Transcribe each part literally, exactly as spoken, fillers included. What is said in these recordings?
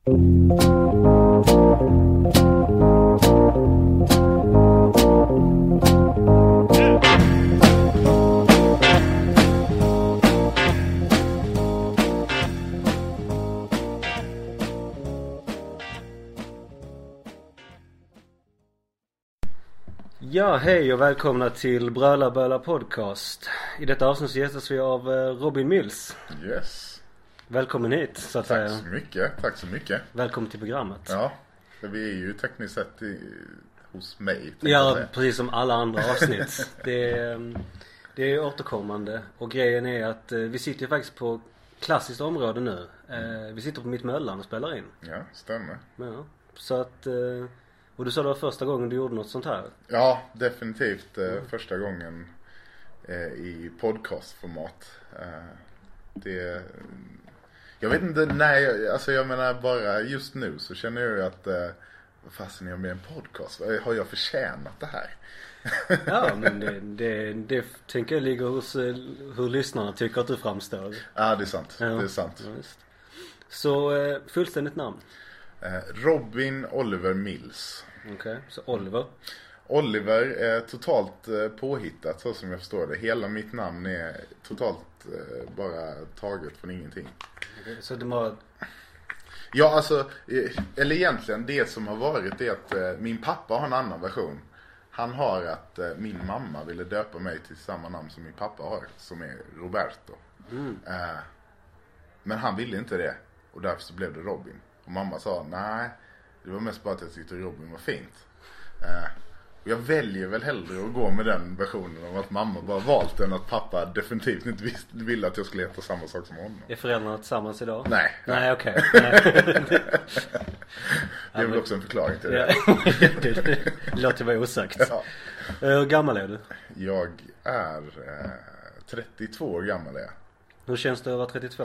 Ja, hej och välkomna till Bröla Böla podcast. I detta avsnitt gästas vi av Robin Mills. Yes. Välkommen hit, så att Tack säga. så mycket, tack så mycket. Välkommen till programmet. Ja, för vi är ju tekniskt sett i, hos mig. Ja, precis som alla andra avsnitt. det, är, det är återkommande. Och grejen är att vi sitter ju faktiskt på klassiskt område nu. Mm. Vi sitter på Mittmöllan och spelar in. Ja, stämmer. Ja, så att... Och du sa det var första gången du gjorde något sånt här? Ja, definitivt mm. första gången eh, i podcastformat. Eh, det... Jag vet inte, nej, alltså jag menar bara just nu så känner jag ju att eh, vad fasen är jag med en podcast? Har jag förtjänat det här? Ja, men det, det, det tänker jag ligger hos eh, hur lyssnarna tycker att du framstår. Ja, det är sant, ja, det är sant. Ja, så eh, fullständigt namn? Eh, Robin Oliver Mills. Okej, okay, så Oliver? Oliver är totalt eh, påhittat så som jag förstår det. Hela mitt namn är totalt eh, bara taget från ingenting. Okay, så det var... Ja, alltså, eh, eller egentligen det som har varit är att eh, min pappa har en annan version. Han har att eh, min mamma ville döpa mig till samma namn som min pappa har, som är Roberto. Mm. Eh, men han ville inte det, och därför så blev det Robin. Och mamma sa, nej, det var mest bara att jag tyckte Robin var fint. Eh, och jag väljer väl hellre att gå med den versionen om att mamma bara valt än att pappa definitivt inte visst, ville att jag skulle heta samma sak som honom. Är föräldrarna tillsammans idag? Nej. Nej, okej. Okay. Det är väl också en förklaring till det. det, det, det låter vara osagt. Ja. Hur gammal är du? Jag är eh, trettiotvå år gammal är jag. Hur känns det att vara trettiotvå?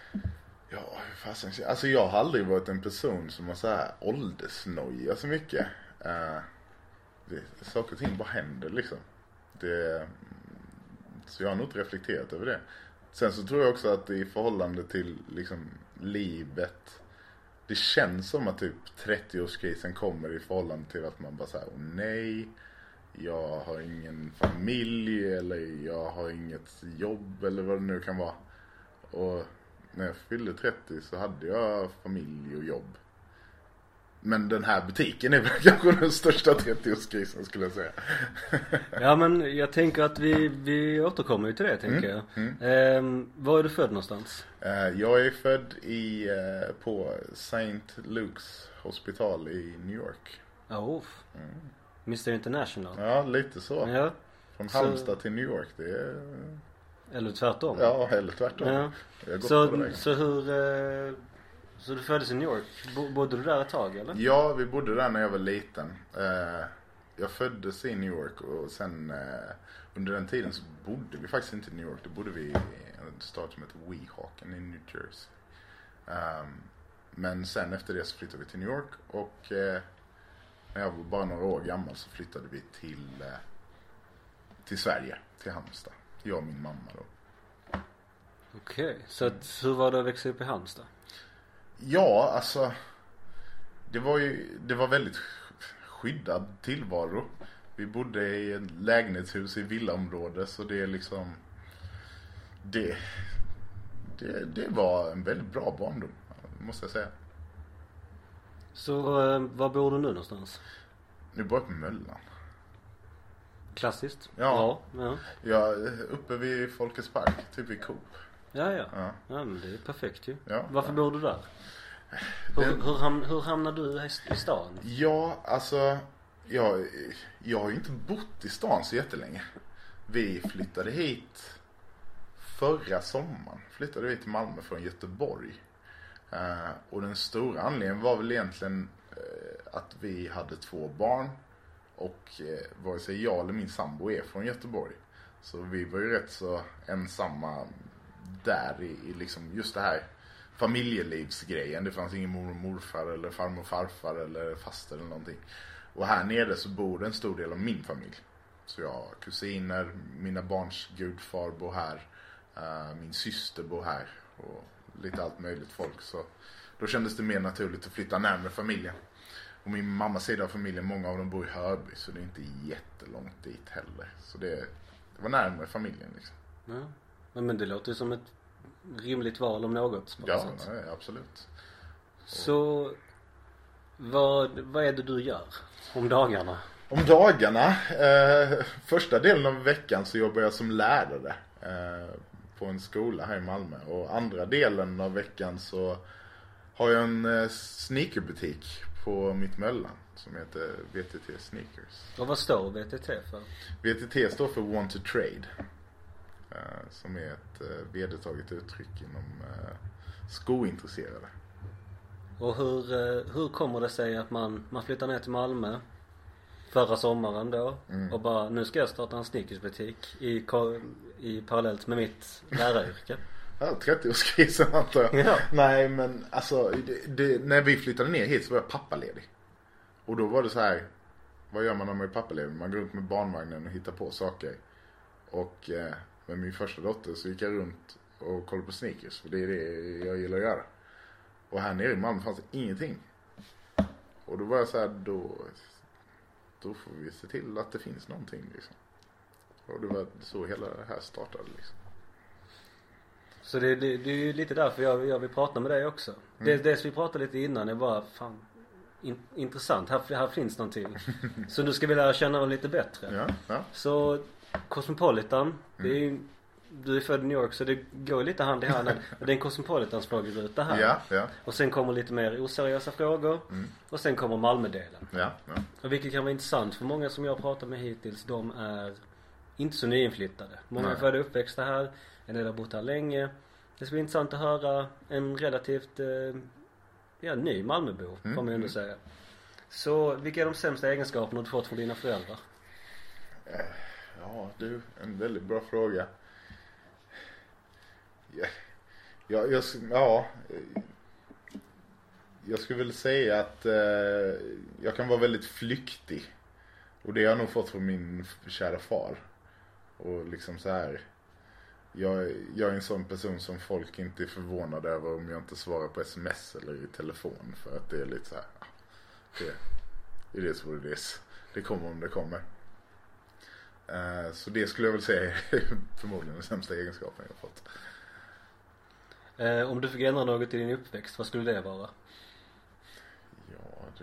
Ja, fasen, alltså jag har aldrig varit en person som har så här åldersnoja så mycket. Uh, det, saker och ting bara händer liksom. Det, så jag har nog inte reflekterat över det. Sen så tror jag också att i förhållande till liksom livet, det känns som att typ trettioårskrisen kommer i förhållande till att man bara säger åh nej, jag har ingen familj eller jag har inget jobb eller vad det nu kan vara. Och när jag fyllde trettio så hade jag familj och jobb. Men den här butiken är väl kanske den största trettioårskrisen skulle jag säga. Ja, men jag tänker att vi, vi återkommer ju till det, tänker mm, jag. Mm. Eh, var är du född någonstans? Eh, jag är född i, eh, på Saint Luke's hospital i New York. Oh, mm. mister International. Ja, lite så. Ja. Från så... Halmstad till New York, det är... Eller tvärtom. Ja, eller tvärtom. Ja. Så, så hur... Eh... Så du föddes i New York. Bodde du där ett tag, eller? Ja, vi bodde där när jag var liten. Jag föddes i New York och sen under den tiden så bodde vi faktiskt inte i New York. Då bodde vi i en stad som heter Weehawken i New Jersey. Men sen efter det så flyttade vi till New York och när jag var bara några år gammal så flyttade vi till, till Sverige, till Halmstad. Jag och min mamma då. Okej, okay. Så att, hur var det att växa upp i Halmstad? Ja, alltså det var ju det var väldigt skyddad tillvaro. Vi bodde i ett lägenhetshus i villaområde, så det är liksom det, det det var en väldigt bra barndom, måste jag säga. Så var bor du nu någonstans? Nu bor jag på Möllan. Klassiskt? Ja. Ja, ja. Ja, uppe vid Folkets Park, typ vid Coop. Ja, ja. Ja, ja men det är perfekt ju. Ja, Varför ja. bor du där? Hur, Den... hur, ham, hur hamnar du i stan? Ja, alltså jag, jag har ju inte bott i stan så jättelänge. Vi flyttade hit förra sommaren. Flyttade vi till Malmö från Göteborg. Uh, och den stora anledningen var väl egentligen uh, att vi hade två barn. Och uh, vare sig jag eller min sambo är från Göteborg. Så vi var ju rätt så ensamma där i, i liksom just det här familjelivsgrejen. Det fanns ingen mor och morfar eller farmor och farfar eller faster eller någonting. Och här nere så bor en stor del av min familj. Så jag har kusiner, mina barns gudfar bor här, uh, min syster bor här och lite allt möjligt folk. Så då kändes det mer naturligt att flytta närmare familjen. Och min mammas sida av familjen, många av dem bor i Hörby, så det är inte jättelångt dit heller. Så det, det var närmare familjen liksom. Ja, men det låter ju som ett rimligt val om något. Ja, nej, absolut. Så vad, vad är det du gör om dagarna? Om dagarna? Eh, första delen av veckan så jobbar jag som lärare eh, på en skola här i Malmö. Och andra delen av veckan så har jag en eh, sneakerbutik på Mittmöllan som heter V T T Sneakers. Och vad står V T T för? V T T står för Want to Trade. Eh, som är ett eh, vedertaget uttryck inom eh, skointresserade. Och hur, eh, hur kommer det sig att man, man flyttar ner till Malmö förra sommaren då mm. och bara, nu ska jag starta en sneakersbutik i, i parallellt med mitt läraryrke? Ja, trettioårskrisen antar jag. Ja. Nej, men alltså det, det, när vi flyttade ner hit så var jag pappaledig. Och då var det så här, vad gör man när man är pappaledig? Man går runt med barnvagnen och hittar på saker. Och eh, med min första dotter så gick jag runt och kollade på sneakers, för det är det jag gillar att göra. Och här nere i Malmö fanns det ingenting. Och då var jag så här, då, då får vi se till att det finns någonting liksom. Och det var så hela det här startade liksom. Så det, det, det är ju lite därför jag, jag vill prata med dig också. Mm. Det, det som vi pratade lite innan är bara, fan, in, intressant. Här, här finns någonting. Så nu ska vi lära känna dem lite bättre. Ja, ja. Så Cosmopolitan, mm. det är ju, du är född i New York så det går lite hand i hand. Det är en Cosmopolitans frågeruta här. Ja, ja. Och sen kommer lite mer oseriösa frågor. Mm. Och sen kommer Malmödelen. Ja, ja. Och vilket kan vara intressant för många som jag har pratat med hittills. De är inte så nyinflyttade. Många Nej. är födda och uppväxta här. En del har bott här länge. Det ska bli intressant att höra en relativt eh, ja, ny Malmöbo, mm. får man ju ändå säga. Så vilka är de sämsta egenskaperna du fått från dina föräldrar? Ja, du, en väldigt bra fråga. Ja, jag, jag, ja, jag skulle väl säga att eh, jag kan vara väldigt flyktig. Och det har jag nog fått från min kära far. Och liksom så här, jag, jag är en sån person som folk inte är förvånade över om jag inte svarar på sms eller i telefon. För att det är lite så här, det, det är det som det är. Det kommer om det kommer. Uh, så det skulle jag väl säga är förmodligen den sämsta egenskapen jag har fått. Uh, om du fick ändra något i din uppväxt, vad skulle det vara? Ja, du.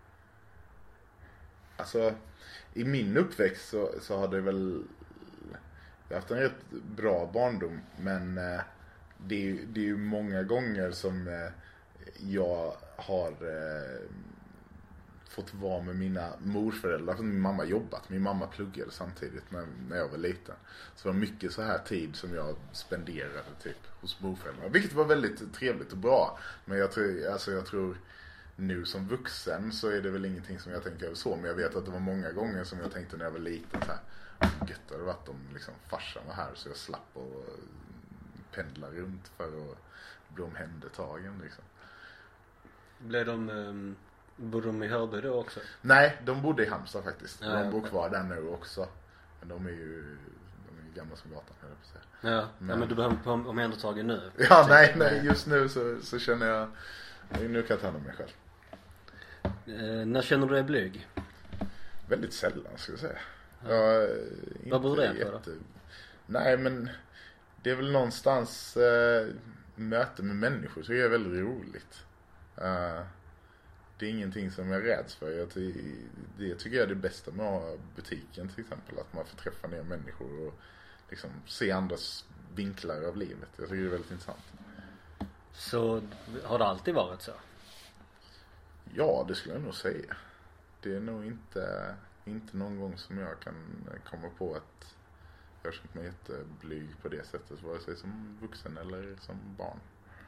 Alltså, i min uppväxt så, så har det väl, jag har haft en rätt bra barndom, men uh, det, är, det är ju många gånger som uh, jag har uh, fått vara med mina morföräldrar, för min mamma jobbat. Min mamma pluggade samtidigt när, när jag var liten. Så det var mycket så här tid som jag spenderade typ hos morföräldrar. Vilket var väldigt trevligt och bra. Men jag tror, alltså jag tror nu som vuxen så är det väl ingenting som jag tänker över så. Men jag vet att det var många gånger som jag tänkte när jag var liten så här, gött det hade varit om liksom farsan var här så jag slapp och pendla runt för att bli omhändertagen liksom. Blev de... Um... Bodde de i Hörby då också? Nej, de bodde i Halmstad faktiskt. Ja, de bor okay. kvar där nu också. Men de är ju de är gamla som gatan, höll jag på att säga. Ja, men, ja, men du behöver på omhändertagen nu. Ja, nej, nej, just nu så, så känner jag, nu kan jag ta hand om mig själv. Eh, när känner du dig blyg? Väldigt sällan, skulle jag säga. Ja. Jag, vad beror det på då? Nej, men det är väl någonstans äh, möte med människor så är det väldigt roligt. Uh, Det är ingenting som jag räds för. Jag ty- det tycker jag är det bästa med att ha butiken till exempel. Att man får träffa ner människor och liksom se andras vinklar av livet. Jag tycker det är väldigt intressant. Så har det alltid varit så? Ja, det skulle jag nog säga. Det är nog inte, inte någon gång som jag kan komma på att jag har känt mig jätteblyg på det sättet. Vare sig som vuxen eller som barn.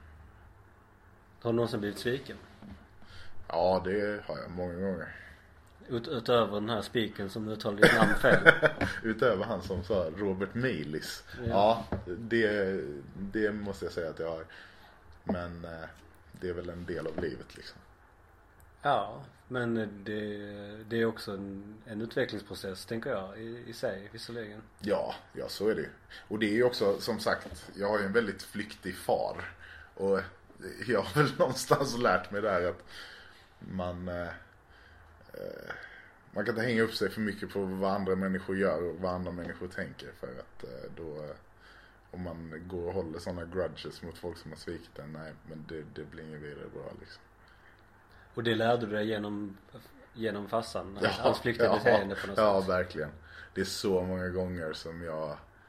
Har du någonsin blivit sviken? Ja, det har jag många gånger. Ut, utöver den här spiken som du talade ditt namn fel. Utöver han som sa Robert Milis. Ja, ja det, det måste jag säga att jag har. Men eh, det är väl en del av livet liksom. Ja, men det, det är också en, en utvecklingsprocess tänker jag i, i sig visserligen. Ja, ja så är det. Och det är ju också som sagt, jag har ju en väldigt flyktig far. Och jag har väl någonstans lärt mig där att man eh, eh, man kan inte hänga upp sig för mycket på vad andra människor gör och vad andra människor tänker, för att eh, då eh, om man går och håller sådana grudges mot folk som har svikit en, nej, men det, det blir inget vidare bra liksom. Och det lärde du dig genom genom farsan, ja, hans flyktiga ja, beteende på något ja, sätt? Ja, verkligen. Det är så många gånger som jag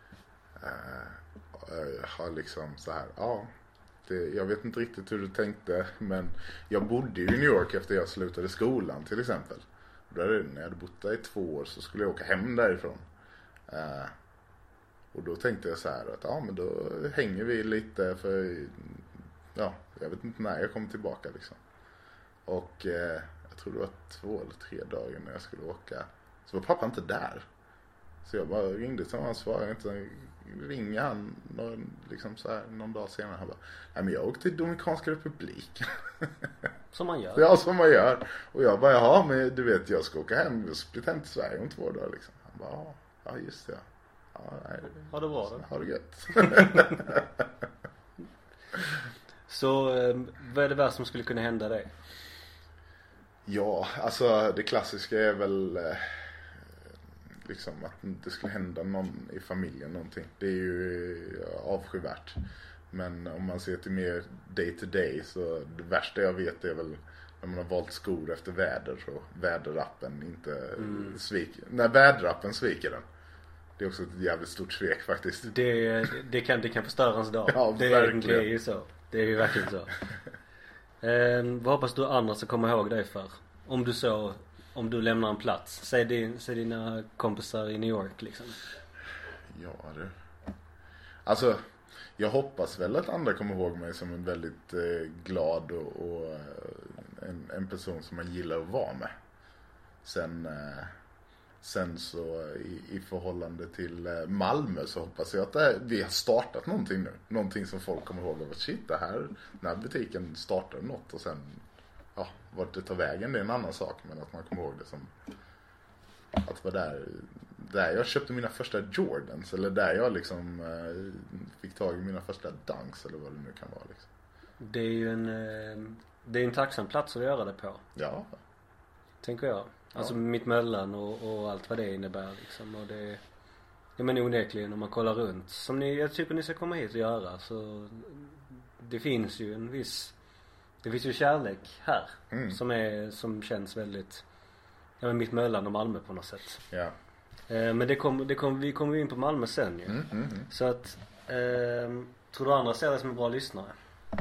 eh, har liksom så här, ja, det, jag vet inte riktigt hur du tänkte, men jag bodde i New York efter jag slutade skolan till exempel. Där, när jag hade bott där i två år så skulle jag åka hem därifrån. Eh, och då tänkte jag så här att ja, men då hänger vi lite, för ja, jag vet inte när jag kommer tillbaka liksom. Och eh, jag tror det var två eller tre dagar när jag skulle åka, så var pappa inte där. Så jag bara ringde till honom, svarade inte. Ringer han någon, liksom så här, någon dag senare. Han bara, nej men jag åkte till Dominikanska republiken. Som man gör. Ja, som man gör. Och jag bara, jaha, men du vet, jag ska åka hem. Jag ska hem till Sverige om två dagar liksom. Han bara, ja just det. Ja, nej, ha det bra då. Ha det gött. Så vad är det värsta som skulle kunna hända dig? Ja, alltså det klassiska är väl eh, liksom att det skulle hända någon i familjen någonting. Det är ju avskyvärt. Men om man ser till mer day to day, så det värsta jag vet är väl när man har valt skor efter väder och väderappen inte mm. sviker. När väderappen sviker den. Det är också ett jävligt stort svek faktiskt. Det, det, kan, det kan förstöra ens dag. Ja, det, verkligen. Det är ju så. Det är ju verkligen så. eh, vad hoppas du andra ska komma ihåg dig för? Om du så, om du lämnar en plats. Säg, din, säg dina kompisar i New York liksom. Ja, det. Alltså, jag hoppas väl att andra kommer ihåg mig som en väldigt eh, glad och, och en, en person som man gillar att vara med. Sen... Eh, Sen så i, i förhållande till Malmö så hoppas jag att det, vi har startat någonting nu. Någonting som folk kommer ihåg av att shit, det här, den här butiken startade något, och sen ja, vart det tar vägen, det är en annan sak, men att man kommer ihåg det som att vara där, där jag köpte mina första Jordans, eller där jag liksom eh, fick tag i mina första Dunks, eller vad det nu kan vara liksom. Det är ju en det är en tacksam plats att göra det på. Ja. Tänker jag. Alltså ja. Mittmöllan och, och allt vad det innebär liksom. Och det, ja men onekligen om man kollar runt, som ni, jag tycker ni ska komma hit och göra, så det finns ju en viss, det finns ju kärlek här mm. som är, som känns väldigt, ja men Mittmöllan och Malmö på något sätt. Ja. Eh, men det kommer, det kommer, vi kommer in på Malmö sen ju. Mm, mm, mm. Så att eh, tror du andra ser det som en bra lyssnare?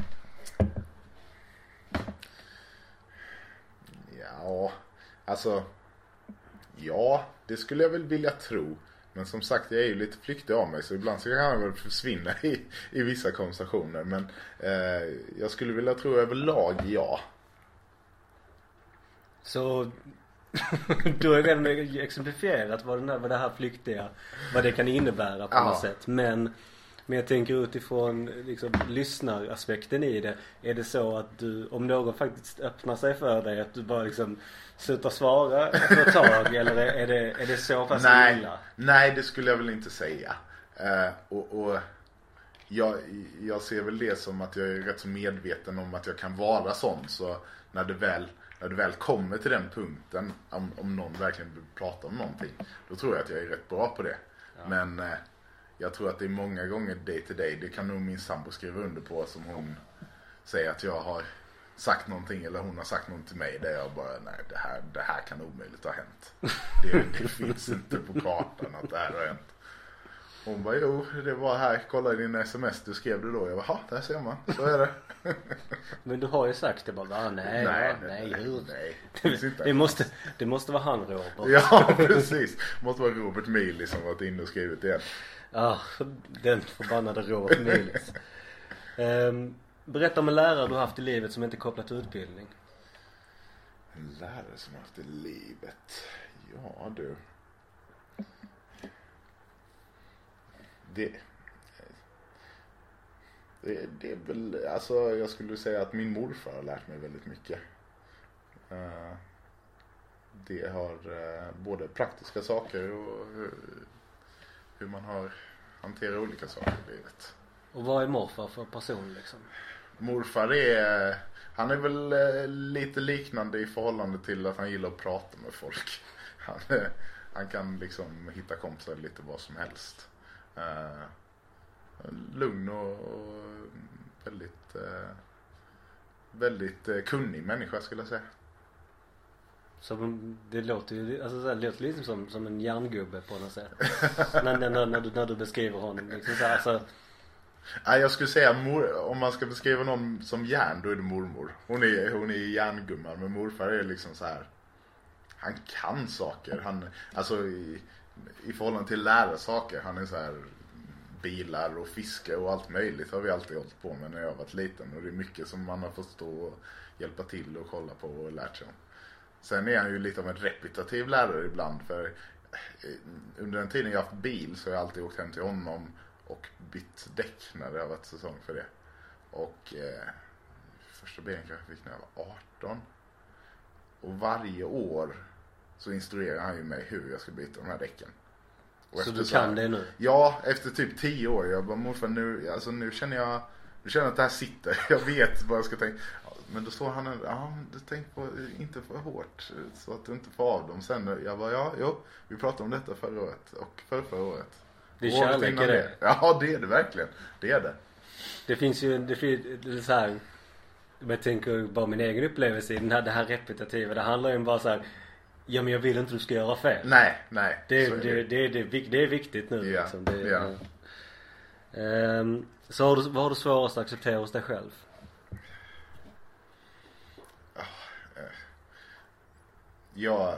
Ja. Alltså, ja, det skulle jag väl vilja tro. Men som sagt, jag är ju lite flyktig av mig, så ibland så kan jag väl försvinna i, i vissa konversationer. Men eh, jag skulle vilja tro överlag, ja. Så du har redan exemplifierat vad, den här, vad det här flyktiga, vad det kan innebära på något sätt. Men, men jag tänker utifrån liksom, lyssnaraspekten i det. Är det så att du, om någon faktiskt öppnar sig för dig, att du bara liksom slutar svara efter ett tag, eller är det, är det så pass nej, illa? Nej, det skulle jag väl inte säga. Uh, och och jag, jag ser väl det som att jag är rätt så medveten om att jag kan vara sån. Så när det väl, när det väl kommer till den punkten, om, om någon verkligen vill prata om någonting, då tror jag att jag är rätt bra på det. Ja. Men uh, jag tror att det är många gånger day to day. Det kan nog min sambo skriva under på, som hon säger att jag har sagt någonting, eller hon har sagt någonting till mig där jag bara, nej, det här, det här kan omöjligt ha hänt. Det, det finns inte på kartan att det här har hänt. Hon bara, jo, det var här, kolla i din sms, du skrev det då. Jag bara, ja, där ser man, så är det. Men du har ju sagt det bara, nej, nej, ja, nej, nej, hur? nej. Det, det, måste, det måste vara han, Robert. Ja, precis. Det måste vara Robert Miles som varit inne och skrivit igen. Ja, den förbannade Robert Miles. um, Berätta om en lärare du har haft i livet som inte är kopplat till utbildning. En lärare som har haft i livet? Ja, du. Det, det, det är väl, alltså jag skulle säga att min morfar har lärt mig väldigt mycket. Uh, det har uh, både praktiska saker och hur, hur man har hanterat olika saker i livet. Och vad är morfar för person liksom? morfar är, han är väl eh, lite liknande i förhållande till att han gillar att prata med folk. Han, eh, han kan liksom hitta kompisar lite vad som helst. Uh, lugn och, och väldigt uh, väldigt uh, kunnig människa skulle jag säga. Så det låter ju alltså, det låter lite som, som en järngubbe på något sätt. när, när, när, du, när du beskriver honom liksom så här, alltså. Ja, jag skulle säga mor, om man ska beskriva någon som järn, då är det mormor. Hon är, hon är järngumman, men morfar är liksom så här. Han kan saker. Han, alltså i, i förhållande till lära saker. Han är så här bilar och fiske och allt möjligt har vi alltid hållit på med när jag varit liten. Och det är mycket som man har fått stå och hjälpa till och kolla på och lärt sig om. Sen är han ju lite av en repetitiv lärare ibland. För under den tiden jag haft bil så har jag alltid åkt hem till honom och bytt däck när det har varit säsong för det. Och eh, första bilen kanske jag fick när jag var arton. Och varje år så instruerar han ju mig hur jag ska byta de här däcken. Och så du kan här, det nu? Ja, efter typ tio år. Jag bara, morfar, nu, alltså, nu känner jag nu känner jag att det här sitter. Jag vet vad jag ska tänka. Ja, men då står han och, ja, du tänk på inte för hårt så att du inte får av dem sen. Jag bara, ja, jo, vi pratade om detta förra året och förra, förra året. Det är kärlek är det. Ja, det är det verkligen. Det är det. Det finns ju, det finns, det är så här, jag tänker bara min egen upplevelse i den här, det här repetitiva. Det handlar ju bara så här, ja men jag vill inte du ska göra fel. Nej, nej. Det, det, det, det, det, det är viktigt nu. Ja, liksom. Det, ja. Um, så har du, vad har du svårast att acceptera hos dig själv? Jag,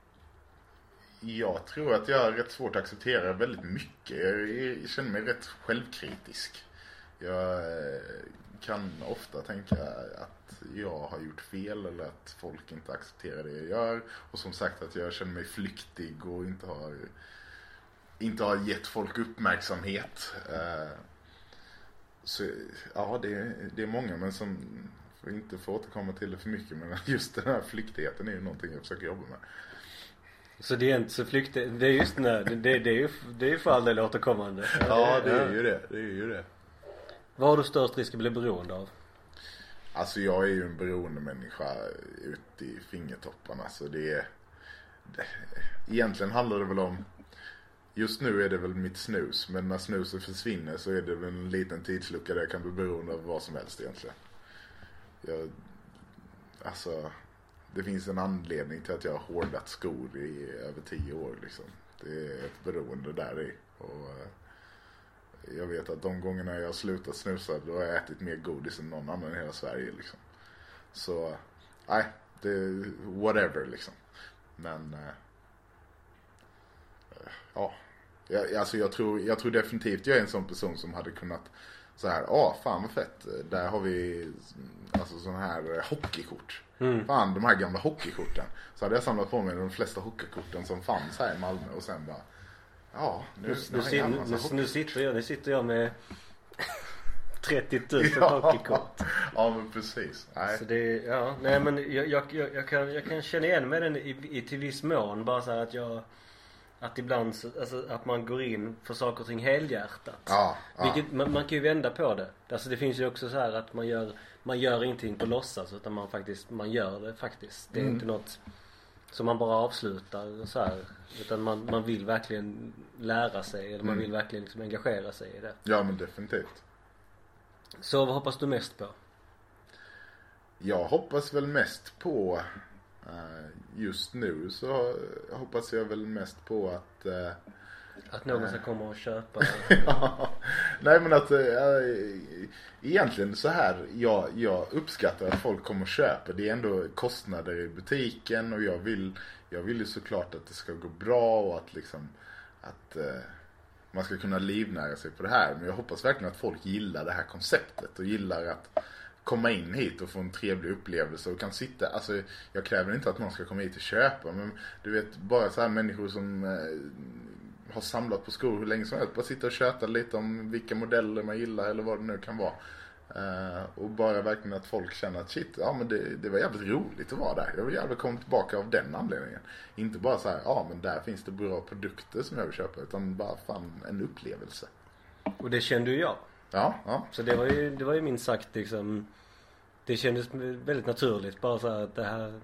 jag tror att jag har rätt svårt att acceptera väldigt mycket. Jag, jag känner mig rätt självkritisk. Jag kan ofta tänka att jag har gjort fel eller att folk inte accepterar det jag gör. Och som sagt att jag känner mig flyktig och inte har, inte har gett folk uppmärksamhet. Så ja, det, det är många, men som får inte få återkomma till det för mycket. Men just den här flyktigheten är ju någonting jag försöker jobba med. Så det är inte så flyktigt, det är just när det, det, det är ju det är ju för all del återkommande. Ja, det är ju det, det är ju det. Vad har du störst risk att bli beroende av? Alltså jag är ju en beroende människa ut i fingertopparna, så det är det, egentligen handlar det väl om, just nu är det väl mitt snus, men när snuset försvinner så är det väl en liten tidslucka där jag kan bli beroende av vad som helst egentligen. Jag, alltså det finns en anledning till att jag har hårdat skor i över tio år liksom. Det är ett beroende där i. Och jag vet att de gångerna jag har slutat snusa, då har jag ätit mer godis än någon annan i hela Sverige liksom. Så nej, det är whatever liksom. Men äh, ja, jag, alltså jag tror, jag tror definitivt jag är en sån person som hade kunnat så här, ja, fan vad fett. Där har vi alltså sån här hockeykort. Mm. Fan, de här gamla hockeykorten. Så hade jag samlat på mig de flesta hockeykorten som fanns här i Malmö och sen bara, ja, nu, nu, nu, nu, nu, nu sitter jag, nu sitter jag med trettio tusen ja. hockeykort. Ja, men precis. Nej. Så det, ja, nej men jag, jag, jag, jag, kan, jag kan känna igen med den i, i till viss mån. Bara så här att jag, att ibland så, alltså, att man går in för saker och ting helhjärtat. Ja, ja. Vilket, man, man kan ju vända på det. Alltså det finns ju också så här att man gör, man gör ingenting på låtsas, utan man faktiskt, man gör det faktiskt. Det är mm. inte något som man bara avslutar så här, utan man, man vill verkligen lära sig, eller man mm. vill verkligen liksom engagera sig i det. Ja, men definitivt. Så vad hoppas du mest på? Jag hoppas väl mest på uh, just nu så hoppas jag väl mest på att uh, att någon ska komma och köpa. Ja, nej men att uh, egentligen så här, jag, jag uppskattar att folk kommer och köper. Det är ändå kostnader i butiken och jag vill jag vill ju såklart att det ska gå bra och att liksom att uh, man ska kunna livnära sig på det här. Men jag hoppas verkligen att folk gillar det här konceptet och gillar att komma in hit och få en trevlig upplevelse och kan sitta, alltså jag kräver inte att någon ska komma hit och köpa, men du vet, bara så här människor som eh, har samlat på skor hur länge som helst, bara sitta och köta lite om vilka modeller man gillar eller vad det nu kan vara. Uh, och bara verkligen att folk känner att shit, ja men det, det var jävligt roligt att vara där. Jag vill jävligt komma tillbaka av den anledningen. Inte bara så här, ja men där finns det bra produkter som jag vill köpa, utan bara fan en upplevelse. Och det kände ju jag. Ja, ja. Så det var ju, det var ju minst sagt liksom, det kändes väldigt naturligt bara så här att det här,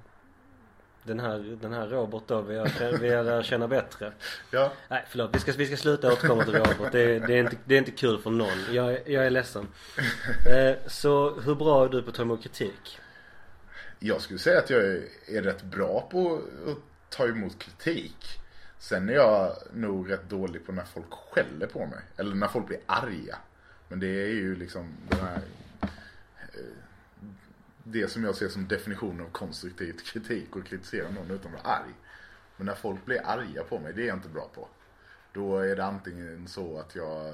den här, den här Robert då, vi har, vi har lärt känna bättre. Ja. Nej, förlåt, vi ska, vi ska sluta återkomma till Robert. Det, det, är inte, det är inte kul för någon. Jag, är- jag är ledsen. Eh, så hur bra är du på att ta emot kritik? Jag skulle säga att jag är, är rätt bra på att ta emot kritik. Sen är jag nog rätt dålig på när folk skäller på mig. Eller när folk blir arga. Men det är ju liksom den här, eh, det som jag ser som definition av konstruktiv kritik och kritisera någon utan att vara arg. Men när folk blir arga på mig, det är jag inte bra på. Då är det antingen så att jag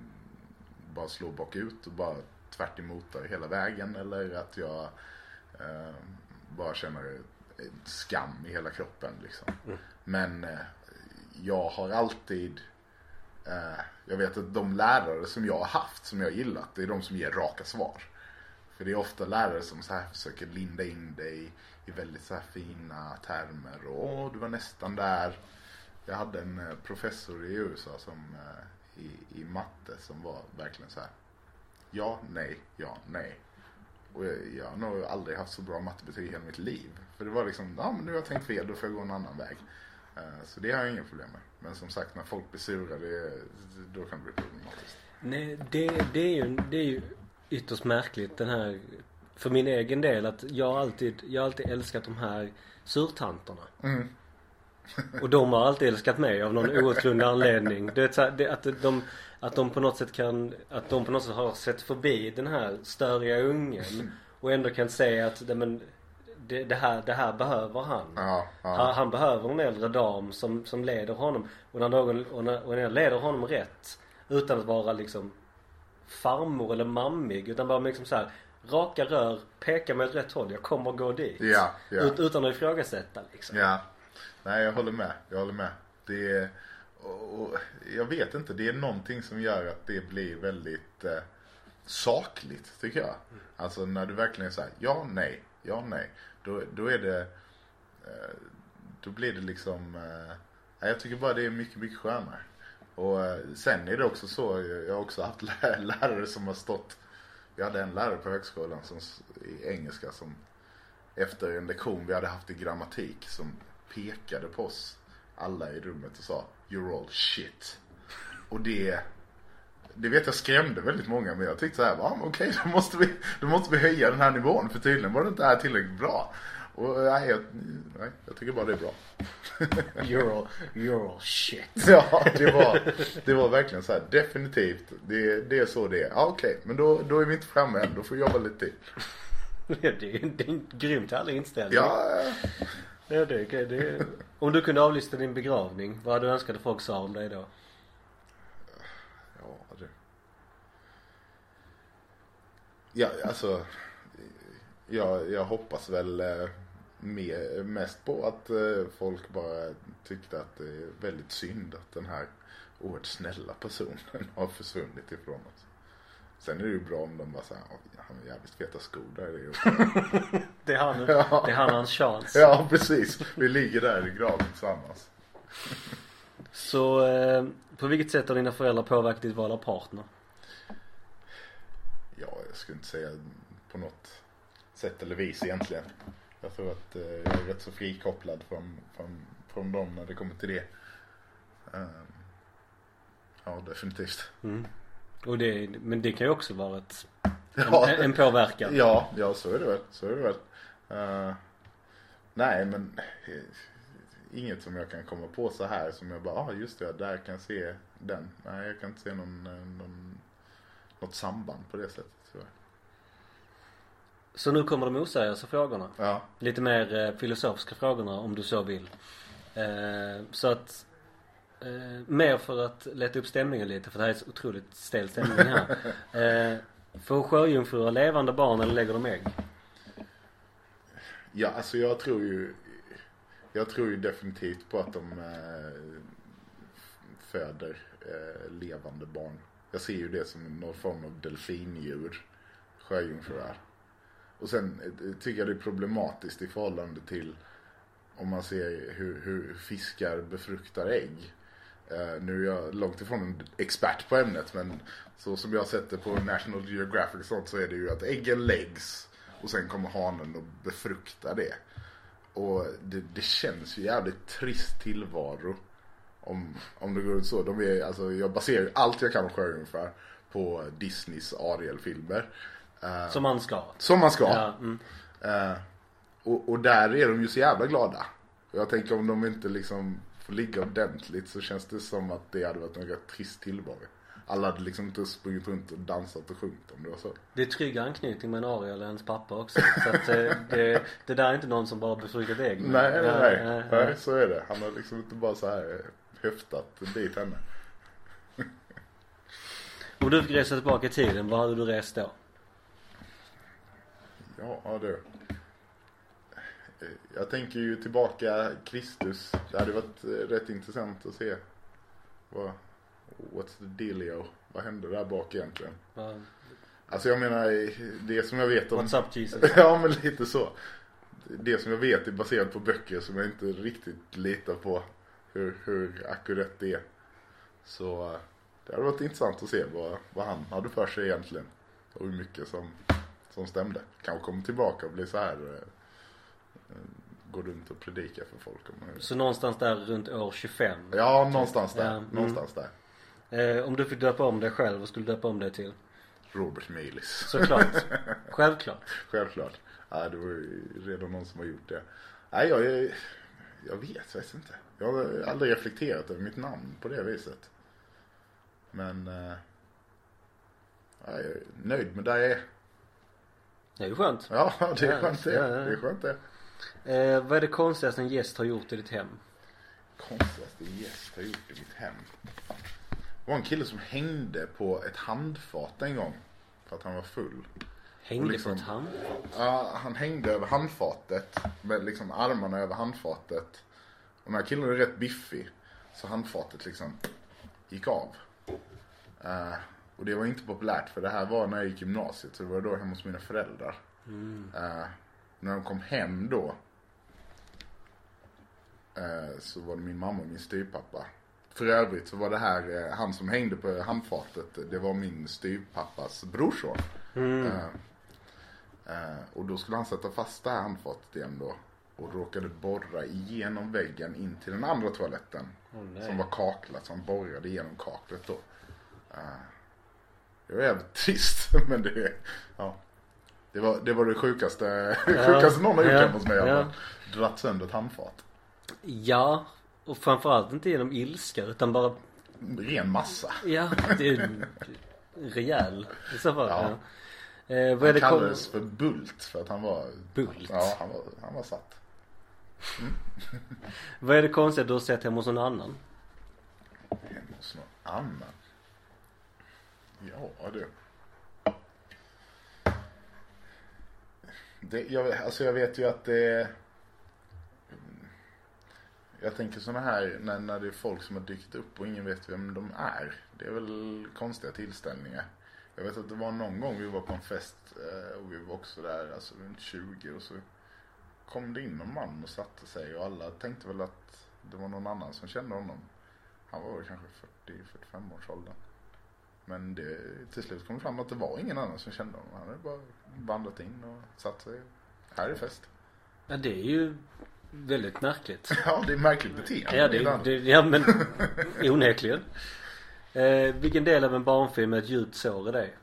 bara slår bakut och bara tvärt emot det hela vägen. Eller att jag eh, bara känner skam i hela kroppen liksom. Mm. Men eh, jag har alltid eh, jag vet att de lärare som jag har haft, som jag har gillat, det är de som ger raka svar. För det är ofta lärare som så här försöker linda in dig i väldigt så här fina termer. Åh, du var nästan där. Jag hade en professor i U S A som i, i matte som var verkligen så här: ja, nej, ja, nej. Och jag, jag har nog aldrig haft så bra mattebetyg i hela mitt liv. För det var liksom, ja men nu har jag tänkt fel, då får jag gå en annan väg. Uh, så det har jag inga problem med. Men som sagt, när folk blir sura, det, då kan det bli problematiskt. Nej, det, det, är ju, det är ju ytterst märkligt den här, för min egen del, att jag alltid, jag har alltid älskat de här surtanterna. Mm. Och de har alltid älskat mig av någon outgrundlig anledning. Det är så här, det, att de att de på något sätt kan att de på något sätt har sett förbi den här störiga ungen och ändå kan säga att det, men, det, det här det här behöver han. Ja, ja. Han, han behöver en äldre dam som som leder honom, och när någon och när, och när leder honom rätt utan att vara liksom farmor eller mammig, utan bara liksom så här raka rör, peka med rätt håll, jag kommer gå dit. Ja, ja. Ut, utan att ifrågasätta liksom. Ja. Nej, jag håller med. Jag håller med. Det är, och, och, jag vet inte, det är någonting som gör att det blir väldigt eh, sakligt, tycker jag. Alltså när du verkligen säger ja, nej, ja, nej. Då, då är det eh, då blir det liksom eh, jag tycker bara det är mycket, mycket skönare. Och eh, sen är det också så, jag har också haft lärare som har stått, jag hade en lärare på högskolan som, i engelska, som efter en lektion vi hade haft i grammatik, som pekade på oss alla i rummet och sa you're all shit. Och det det vet jag skrämde väldigt många, men jag tyckte så här, ja, okej, då måste vi då måste vi höja den här nivån, för tydligen var det inte här tillräckligt bra. Och nej, jag, nej, jag tycker bara det är bra. You're all, you're all shit. Ja, det var det var verkligen så här, definitivt. Det, det är så det är. Ja, okej, men då då är vi inte framme än, då får vi jobba lite till. Det är, det är en grymt härlig inställning. Ja. Ja, det, det, det. Om du kunde avlyssna din begravning, vad hade du önskat att folk sa om dig då? Ja, det... Ja, alltså... Jag, jag hoppas väl eh, mer, mest på att eh, folk bara tyckte att det är väldigt synd att den här oerhört snälla personen har försvunnit ifrån oss. Sen är det ju bra om de bara säger, han har jävligt feta skor där. Det är, det är han, ja. Det är han hans chans. Ja, precis. Vi ligger där i graven tillsammans. Så eh, på vilket sätt har dina föräldrar påverkat ditt val av partner? Ja, jag skulle inte säga på något sätt eller vis egentligen. Jag tror att eh, jag är rätt så frikopplad från, från, från dem när det kommer till det. Um, ja, definitivt. Mm. Och det, men det kan ju också vara ett, ja, en, en påverkan. Ja, ja, så är det väl. Så är det väl. Uh, nej, men eh, inget som jag kan komma på så här som jag bara, ah, just det, där kan jag se den. Nej, jag kan inte se någon, någon, något samband på det sättet, tror jag. Så nu kommer de oseriösa frågorna. Ja. Lite mer eh, filosofiska frågorna, om du så vill. Eh, så att eh, mer för att lätta upp stämningen lite, för det här är så otroligt stel stämning här. Eh, får sjöjungfrur levande barn eller lägger de ägg? Ja, alltså jag tror ju jag tror ju definitivt på att de eh, föder eh, levande barn. Jag ser ju det som någon form av delfindjur, sjöjungfrur. Och sen eh, tycker jag det är problematiskt i förhållande till om man ser hur, hur fiskar befruktar ägg. Uh, nu är jag långt ifrån en expert på ämnet, men så som jag har sett det på National Geographic och sånt, så är det ju att äggen läggs och sen kommer hanen och befruktar det. Och det, det känns ju jävligt trist tillvaro om, om det går ut så. De är, alltså, jag baserar ju allt jag kan om sjöjungfrur på Disneys Ariel-filmer. Uh, som man ska. Som man ska. Ja, mm. uh, och, och där är de ju så jävla glada. Jag tänker om de inte liksom får ligga ordentligt, så känns det som att det hade varit en rätt trist tillvaro. Alla hade liksom inte sprungit runt och dansat och sjungit om det var så. Det är trygg anknytning med en Ariel och ens pappa också. Så att det, det, det där är inte någon som bara befruktat ägg. Nej, nej, nej. Ja, ja, ja. Nej, så är det. Han har liksom inte bara så här höftat dit henne. Om du fick resa tillbaka i tiden, vad hade du rest då? Ja, du. Jag tänker ju tillbaka Kristus. Det hade varit rätt intressant att se. Vad, what's the dealio? Vad hände där bak egentligen? Uh, alltså jag menar, det som jag vet om... What's up Jesus? Ja, men lite så. Det som jag vet är baserat på böcker som jag inte riktigt litar på hur, hur akkurat det är. Så det hade varit intressant att se vad, vad han hade för sig egentligen. Och hur mycket som, som stämde. Kanske komma tillbaka och bli så här... Gå runt och predika för folk. Om så någonstans där runt år tjugofem? Ja, någonstans där. Ja, mm. Någonstans där. Eh, om du fick döpa om dig själv, vad skulle du döpa om dig till? Robert Milis. Såklart. Självklart. Självklart. Ja, det var ju redan någon som har gjort det. Nej, jag, jag, jag vet faktiskt inte. Jag har aldrig reflekterat över mitt namn på det viset. Men eh, jag är nöjd med det jag är. Det är ju skönt. Ja, det är skönt det. Ja, ja. Det är skönt det. Eh, vad är det konstigaste en gäst har gjort i ditt hem? Konstigaste en gäst har gjort i mitt hem? Det var en kille som hängde på ett handfat en gång. För att han var full. Hängde liksom, på ett handfat? Ja, han hängde över handfatet. Med liksom armarna över handfatet. Och den här killen är rätt biffig. Så handfatet liksom gick av. Uh, och det var inte populärt, för det här var när jag gick gymnasiet. Så det var då hemma hos mina föräldrar. Mm. Uh, när de kom hem då uh, så var det min mamma och min styrpappa. För övrigt så var det här uh, han som hängde på handfatet. Det var min styrpappas brorson. Mm. Uh, uh, och då skulle han sätta fast det här handfatet igen då. Och råkade borra igenom väggen in till den andra toaletten. Oh, som var kaklat. Så han borrade igenom kaklet då. Uh, det var jävligt trist. Men det, ja, det, var, det var det sjukaste, ja, sjukaste någon har gjort hemma hos mig. Jag ja. Dratt sönder ett handfat. Ja, och framförallt inte genom ilska utan bara... Ren massa. Ja, det är rejäl. I så fall, ja. Ja. Eh, vad han är det kallades kom... för Bult för att han var... Bult? Ja, han var, han var satt. Mm. Vad är det konstigt du har sett hemma hos någon annan? Hemma hos någon annan? Ja, du. Det, jag, alltså jag vet ju att det... Jag tänker såna här, när, när det är folk som har dykt upp och ingen vet vem de är. Det är väl konstiga tillställningar. Jag vet att det var någon gång vi var på en fest och vi var också där, alltså runt tjugo, och så kom det in någon man och satte sig och alla tänkte väl att det var någon annan som kände honom. Han var väl kanske fyrtio till fyrtiofem års ålder. Men det, till slut kom fram att det var ingen annan som kände honom. Han hade bara vandrat in och satt sig. Här är fest. Ja, det är ju väldigt märkligt. Ja, det är märkligt beteende. Ja, det, det, ja men onekligen. Eh, vilken del av en barnfilm är ett djupt sår i dig?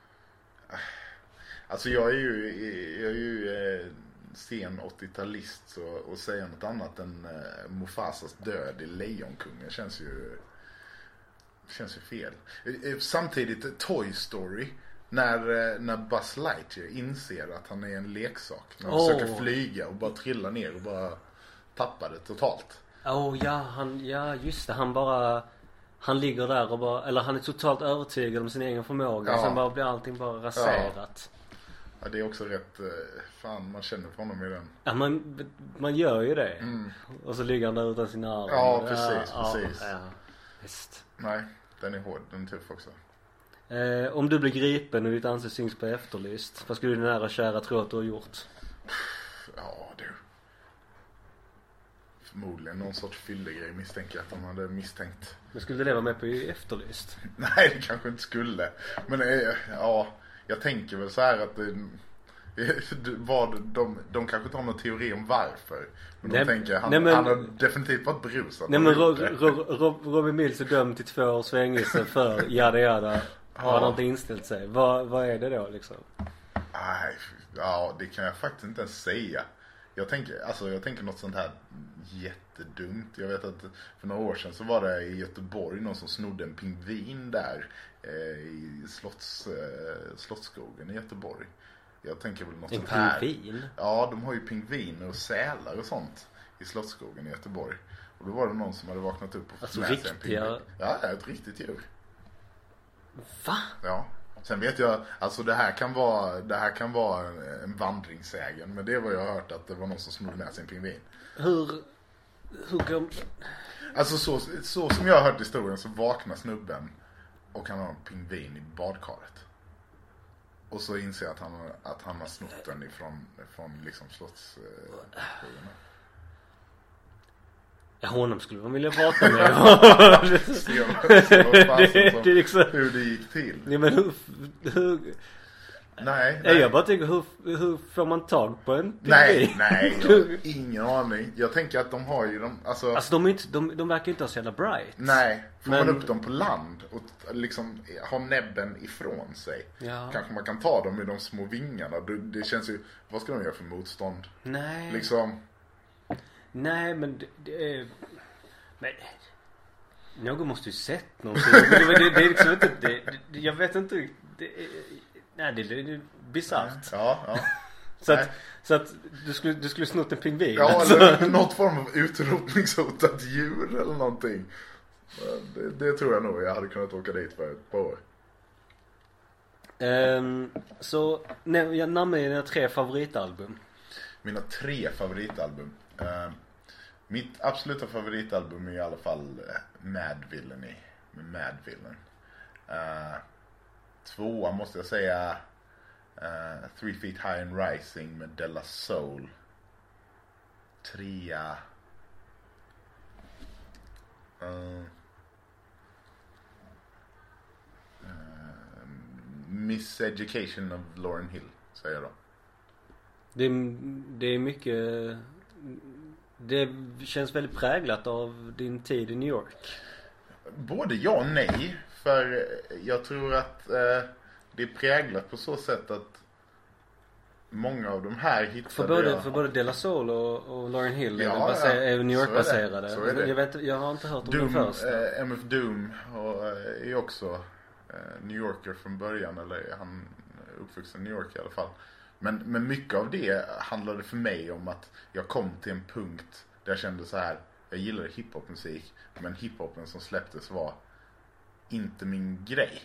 Alltså jag är ju, jag är ju eh, sen åttiotalist, så och säga något annat än eh, Mufasas död i Lejonkungen känns ju känns ju fel. Eh, samtidigt Toy Story, när eh, när Buzz Lightyear inser att han är en leksak, när han oh. försöker flyga och bara trillar ner och bara tappar det totalt. Åh oh, ja, han ja just det, han bara han ligger där och bara, eller han är totalt övertygad om sin egen förmåga, ja. Och sen bara blir allting bara raserat. Ja. Ja, det är också rätt, fan man känner för honom i den. Ja, man, man gör ju det. Mm. Och så ligger han där utan sina armar. Ja, precis, ja, precis. Ja, ja. Visst. Nej, den är hård, den är tuff också. Eh, om du blir gripen och ditt ansikte syns på Efterlyst, vad skulle din nära kära tro att du har gjort? Ja, du. förmodligen någon sorts fyllegrej misstänker att de hade misstänkt. Men skulle det vara med på Efterlyst? Nej, det kanske inte skulle. Men eh, ja, jag tänker väl så här att det, vad, de, de kanske inte har någon teori om varför. Men de nej, tänker han, nej, men, han har definitivt varit brusad. Nej, men Ro, Ro, Ro, Robin Mills är dömd till två års fängelse för jada jada. Har ja. han inte inställt sig? Vad, vad är det då liksom? Nej, ja, det kan jag faktiskt inte ens säga. Jag tänker, alltså jag tänker något sånt här jättedumt. Jag vet att för några år sedan så var det i Göteborg någon som snodde en pingvin där eh, i slotts, eh, Slottsskogen i Göteborg. Jag tänker väl något en sånt här. Pingvin? Ja, de har ju pingviner och sälar och sånt i Slottsskogen i Göteborg. Och då var det någon som hade vaknat upp och fått alltså, med sig en pingvin. Ja, ett riktigt djur. Va? Ja. Sen vet jag, alltså det här kan vara det här kan vara en vandringssägen, men det var jag hört att det var någon som snodde med sig en pingvin. Hur hur går... Alltså så, så som jag har hört historien så vaknar snubben och han har en pingvin i badkaret. Och så inser jag att han att han har snott den ifrån från liksom slotts eh, ja, honom skulle man vilja prata med. se, se, se det, det liksom... hur det gick till. Nej, men hur, hur... Nej, nej. Jag bara tänker, hur, hur får man tag på en pingvin? Nej, nej, jag har ingen aning. Jag tänker att de har ju de, alltså... Alltså de, är inte, de, de verkar inte ha så jävla bright. Nej, får men... man upp dem på land och liksom ha näbben ifrån sig. Ja. Kanske man kan ta dem i de små vingarna. Det, det känns ju, vad ska de göra för motstånd? Nej. Liksom... Nej, men det, det är... Men... Någon måste ju sett någonting. det, det, det är liksom inte... Det, det, jag vet inte... Det är, nej, det, det är bisarrt. Ja, ja. så, att, så att du skulle, du skulle snott en pingvin. Ja, alltså. Eller något form av utrotningshotat djur eller någonting. Det, det tror jag nog. Jag hade kunnat åka dit för ett par år. Um, så nej, jag namnar dina tre favoritalbum. Mina tre favoritalbum. Uh, mitt absoluta favoritalbum är i alla fall uh, Mad Villainy med Mad Villain. Uh, tvåa måste jag säga uh, Three Feet High and Rising med De La Soul. Trea uh, uh, Miseducation of Lauryn Hill säger jag då. Det är, det är mycket. Det känns väldigt präglat av din tid i New York. Både ja och nej. För jag tror att eh, det är präglat på så sätt att många av de här hittade för både, jag... För både De La Soul och, och Lauryn Hill ja, är, baser, ja. är New York-baserade. Så är det. Jag, vet, jag har inte hört om Doom, den första. Eh, M F Doom och, eh, är också eh, New Yorker från början. Eller han är uppvuxen i New York i alla fall. Men, men mycket av det handlade för mig om att jag kom till en punkt där jag kände så här: jag gillade hiphopmusik, men hiphopen som släpptes var inte min grej.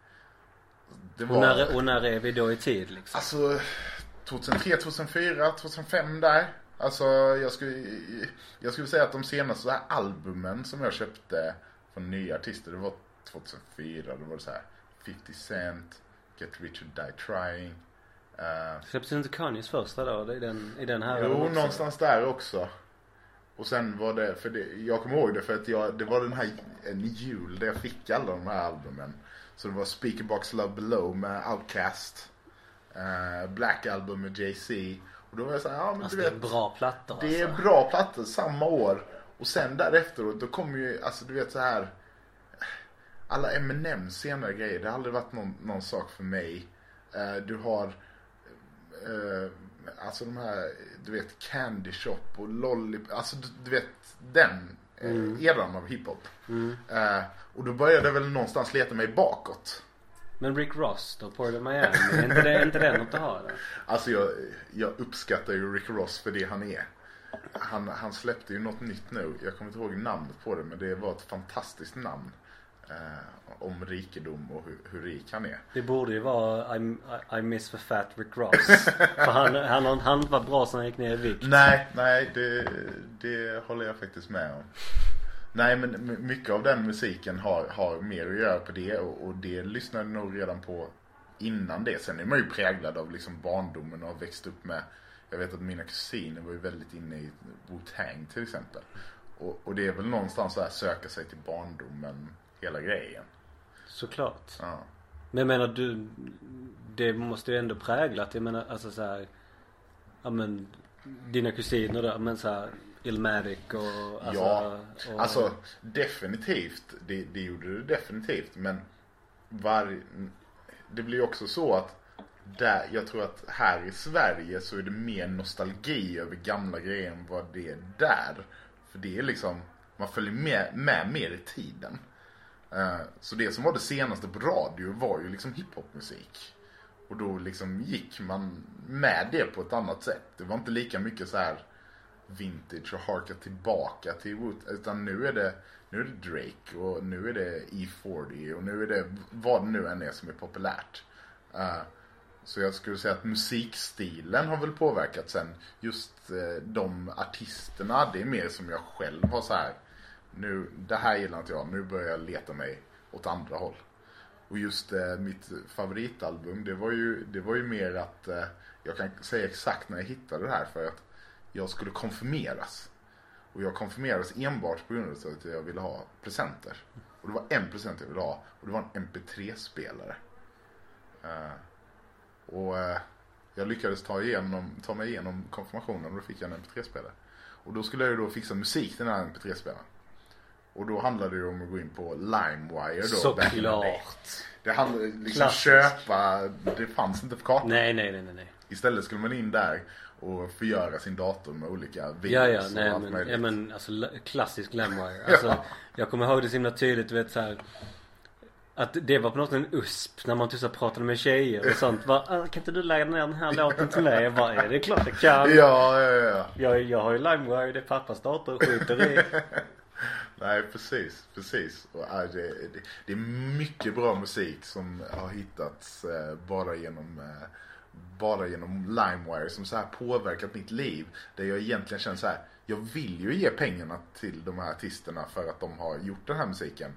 Det var... och, när, och när är vi då i tid liksom? Alltså tjugohundratre, tjugohundrafyra, tjugohundrafem där. Alltså jag skulle jag skulle säga att de senaste så här albumen som jag köpte från nya artister, det var tjugohundrafyra. Det var så här fifty Cent, Get Rich or Die Trying. Uh, Släpptes inte Kanyes första då? I den, i den här? Jo, någonstans där också. Och sen var det, för det, jag kommer ihåg det för att jag, det var den här en jul där jag fick alla de här albumen. Så det var Speakerbox Love Below med Outkast, uh, Black Album med Jay-Z. Och då var jag så här, ja men alltså, du vet, det är bra plattor. Det alltså. är bra plattor samma år. Och sen därefter då kom ju, alltså du vet så här, alla Eminem senare grejer, det har aldrig varit någon, någon sak för mig. Uh, du har Uh, alltså de här, du vet, Candy Shop och Lollipop, alltså du, du vet den mm. eran av hiphop. Mm. Uh, och då började jag väl någonstans leta mig bakåt. Men Rick Ross då, Port of Miami, är inte det, inte det något att ha då? Alltså jag, jag uppskattar ju Rick Ross för det han är. Han, han släppte ju något nytt nu, jag kommer inte ihåg namnet på det, men det var ett fantastiskt namn. Uh, om rikedom och hur, hur rik han är. Det borde ju vara I, I miss the fat Rick Ross. För han, han, han var bra så han gick ner i vikt. Nej, nej det, det håller jag faktiskt med om. Nej, men mycket av den musiken har, har mer att göra på det. Och, och det lyssnade jag nog redan på innan det. Sen är man ju präglad av liksom barndomen och växt upp med jag vet att mina kusiner var ju väldigt inne i Wu-Tang till exempel. Och, och det är väl någonstans så här söka sig till barndomen, hela grejen. Såklart. Ja. Men jag menar, du, det måste ju ändå präglat, jag menar, alltså så här, ja men, dina kusiner då, men så här, Illmatic och, alltså, ja, och, alltså definitivt, det, det gjorde det definitivt, men var, det blir ju också så att där, jag tror att här i Sverige så är det mer nostalgi över gamla grejer än vad det är där. För det är liksom, man följer med, med mer i tiden. Uh, så det som var det senaste på radio var ju liksom hiphopmusik. Och då liksom gick man med det på ett annat sätt. Det var inte lika mycket så här vintage och harka tillbaka till Wood, utan nu är det nu är det Drake och nu är det E fyrtio och nu är det vad det nu än är som är populärt. Uh, så jag skulle säga att musikstilen har väl påverkat sen. Just uh, de artisterna, det är mer som jag själv har så här. Nu, det här gillar inte jag, nu börjar jag leta mig åt andra håll. Och just uh, mitt favoritalbum, det var ju, det var ju mer att uh, jag kan säga exakt när jag hittade det här, för att jag skulle konfirmeras. Och jag konfirmerades enbart på grund av att jag ville ha presenter. Och det var en present jag ville ha. Och det var en M P tre-spelare. Uh, och uh, jag lyckades ta, igenom, ta mig igenom konfirmationen. Och då fick jag en M P tre-spelare. Och då skulle jag ju då fixa musik till den här M P tre-spelaren. Och då handlade det om att gå in på LimeWire då. Såklart. Det handlade liksom att köpa. Det fanns inte på kartan. Nej, nej, nej, nej. Istället skulle man in där och förgöra sin dator med olika videos. Ja, ja, och nej, allt men, möjligt. ja, men alltså klassisk LimeWire. Alltså, Ja. Jag kommer ihåg det så himla tydligt, du vet så här, att det var på något en U S P när man typ så pratade med tjejer och sånt. Bara, kan inte du lägga ner den här låten till mig? Jag bara, är det klart jag kan. Ja, ja, ja. Jag, jag har ju LimeWire, det är pappas dator och skjuter i. Nej, precis, precis. Och, äh, det, det, det är mycket bra musik som har hittats äh, bara genom äh, bara genom LimeWire, som så här påverkat mitt liv. Där jag egentligen känner så här, jag vill ju ge pengarna till de här artisterna för att de har gjort den här musiken.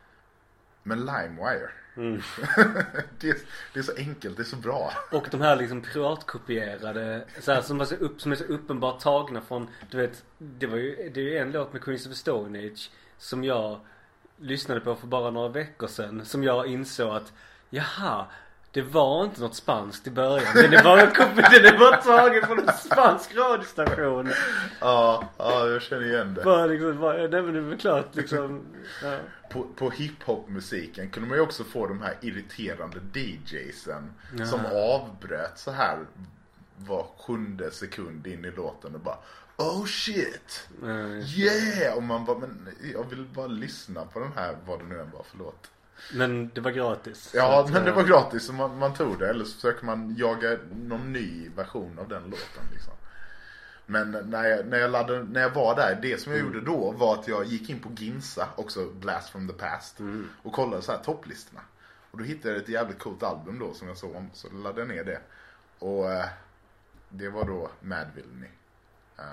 Men LimeWire. Mm. det, är, det är så enkelt, det är så bra. Och de här liksom piratkopierade så här, som, var så upp, som är så uppenbart tagna från, du vet, det var ju, det är ju en låt med Queens of the Stone Age som jag lyssnade på för bara några veckor sedan, som jag insåg att jaha, det var inte något spanskt i början. Den är bara, den är bara tagen från en spansk radiostation. Ja, ja, jag känner igen det. Bara liksom, bara, nej men det är väl klart liksom, ja. På, på hiphop-musiken kunde man ju också få de här irriterande D Jsen ja. Som avbröt så här var sjunde sekund in i låten och bara oh shit, mm. yeah! Och man bara, men jag vill bara lyssna på den här, vad det nu än var för låt. Men det var gratis. Ja, men det var gratis så man, man tog det. Eller så försöker man jaga någon ny version av den låten liksom. Men när jag, när jag, laddade, när jag var där, det som jag mm. gjorde då var att jag gick in på Ginsa, också Blast from the Past, mm. och kollade så här topplistorna. Och då hittade jag ett jävligt coolt album då som jag såg om, så laddade jag ner det. Och uh, det var då Mad Villainy. Uh,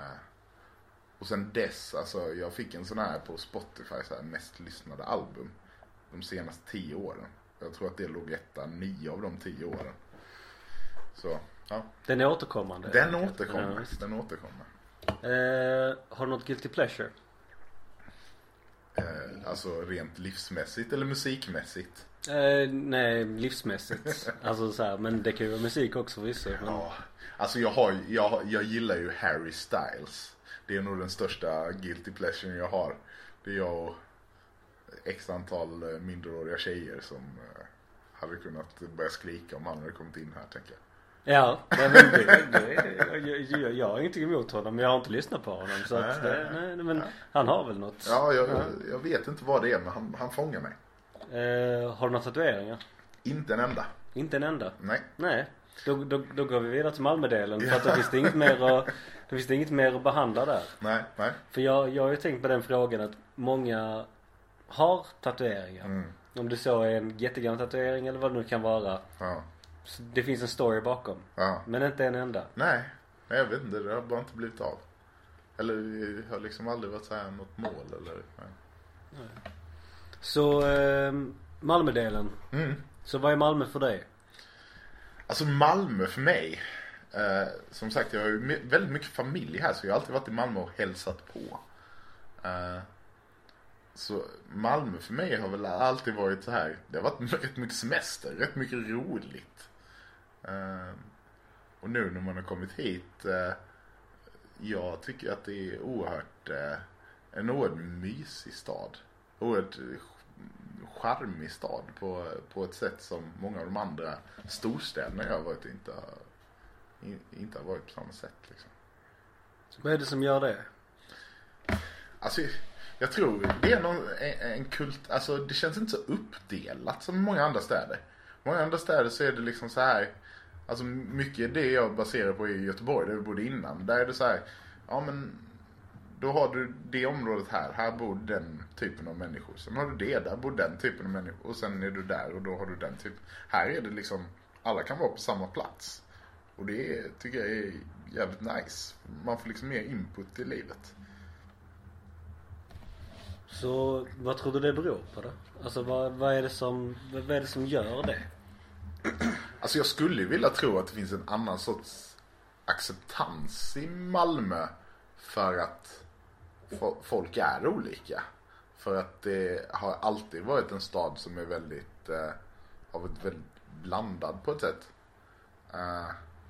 och sen dess, alltså jag fick en sån här på Spotify, så här mest lyssnade album de senaste tio åren. Jag tror att det låg etta nio av de tio åren. Så, ja. Den är återkommande. Den återkommer. Ja, den återkommer. Eh, har du något guilty pleasure? Eh, alltså rent livsmässigt eller musikmässigt? Eh, nej, livsmässigt. Alltså så här, men det kan ju vara musik också förvisso. Men... Ja, alltså jag, har, jag, jag gillar ju Harry Styles. Det är nog den största guilty pleasure jag har. Det är jag och x antal mindreåriga tjejer som uh, hade kunnat börja skrika om han hade kommit in här, tänker jag. Ja, men det, det, jag, jag, jag har ingenting emot honom, men jag har inte lyssnat på honom. Så nej, att det, nej, men ja. Han har väl något. Ja, jag, ja. jag vet inte vad det är, men han, han fångar mig. Eh, har du några tatueringar? Inte en enda. Inte en enda? Nej. Nej, då, då, då går vi vidare till Malmödelen. För att det finns det inget mer att, det finns det inget mer att behandla där. Nej, nej. För jag, jag har ju tänkt på den frågan att många har tatueringar. Mm. Om det så är en jättegammal tatuering eller vad det nu kan vara. Ja. Så det finns en story bakom. Ja. Men inte en enda. Nej, jag vet inte. Det har bara inte blivit av. Eller det har liksom aldrig varit så här något mål. Eller, nej. Nej. Så eh, Malmödelen. Mm. Så vad är Malmö för dig? Alltså Malmö för mig. Eh, som sagt, jag har ju my- väldigt mycket familj här, så jag har alltid varit i Malmö och hälsat på. Eh, så Malmö för mig har väl alltid varit så här. Det har varit rätt mycket semester, rätt mycket roligt. Eh, och nu när man har kommit hit, eh, jag tycker att det är oerhört eh, en oerhört mysig stad. Oerhört charmig stad på, på ett sätt som många av de andra storstäderna jag har varit inte har, inte har varit på samma sätt liksom. Så vad är det som gör det? Alltså jag tror det är någon, en, en kult, alltså det känns inte så uppdelat som många andra städer. Många andra städer så är det liksom så här, alltså mycket det jag baserar på i Göteborg där vi bodde innan. Där är det så här, ja men då har du det området här, här bor den typen av människor. Sen har du det, där bor den typen av människor. Och sen är du där och då har du den typen. Här är det liksom, alla kan vara på samma plats. Och det är, tycker jag är jävligt nice. Man får liksom mer input i livet. Så vad tror du det beror på då? Alltså vad, vad är det som, vad är det som gör det? Alltså jag skulle vilja tro att det finns en annan sorts acceptans i Malmö för att folk är olika. För att det har alltid varit en stad som är väldigt eh, har varit väldigt blandad på ett sätt. Eh,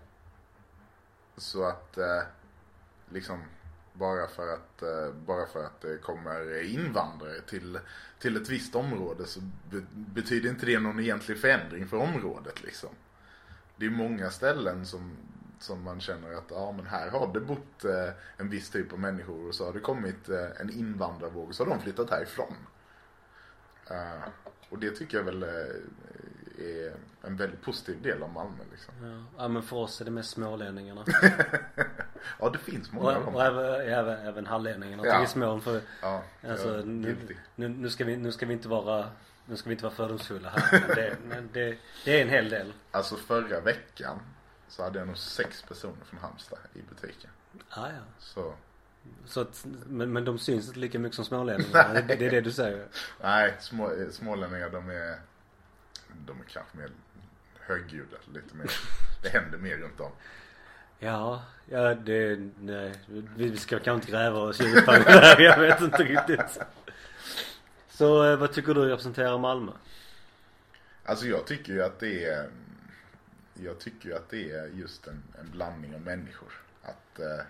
så att eh, liksom bara för att eh, bara för att det kommer invandrare till till ett visst område så be- betyder inte det någon egentlig förändring för området liksom. Det är många ställen som som man känner att ja men här har det bott eh, en viss typ av människor och så har det kommit eh, en invandrarvåg och så har de flyttat härifrån. Uh, och det tycker jag väl eh, är en väldigt positiv del av Malmö liksom. Ja, ja men för oss är det mest smålänningarna. Ja, det finns många och, av dem. och även, även, även hallänningarna ja. till små för ja, alltså, ja, nu, nu, nu, ska vi, nu ska vi inte vara nu ska vi inte vara fördomsfulla här. Men det, men det, det är en hel del. Alltså förra veckan så hade jag nog sex personer från Halmstad i butiken. Ah, ja. Så Så att, men, men de syns inte lika mycket som smålänningar. det, det är det du säger. Nej, små, smålänningar de är de är kanske mer högljudda lite mer. Det händer mer runt om. Ja, ja det nej, vi ska kanske inte gräva oss djupare i det här. Jag vet inte riktigt. Så vad tycker du representerar Malmö? Alltså jag tycker ju att det är jag tycker ju att det är just en, en blandning av människor. Att eh,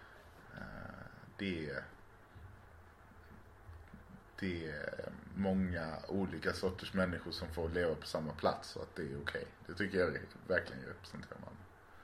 det är det är många olika sorters människor som får leva på samma plats och att det är okej. Det tycker jag verkligen representerar Malmö.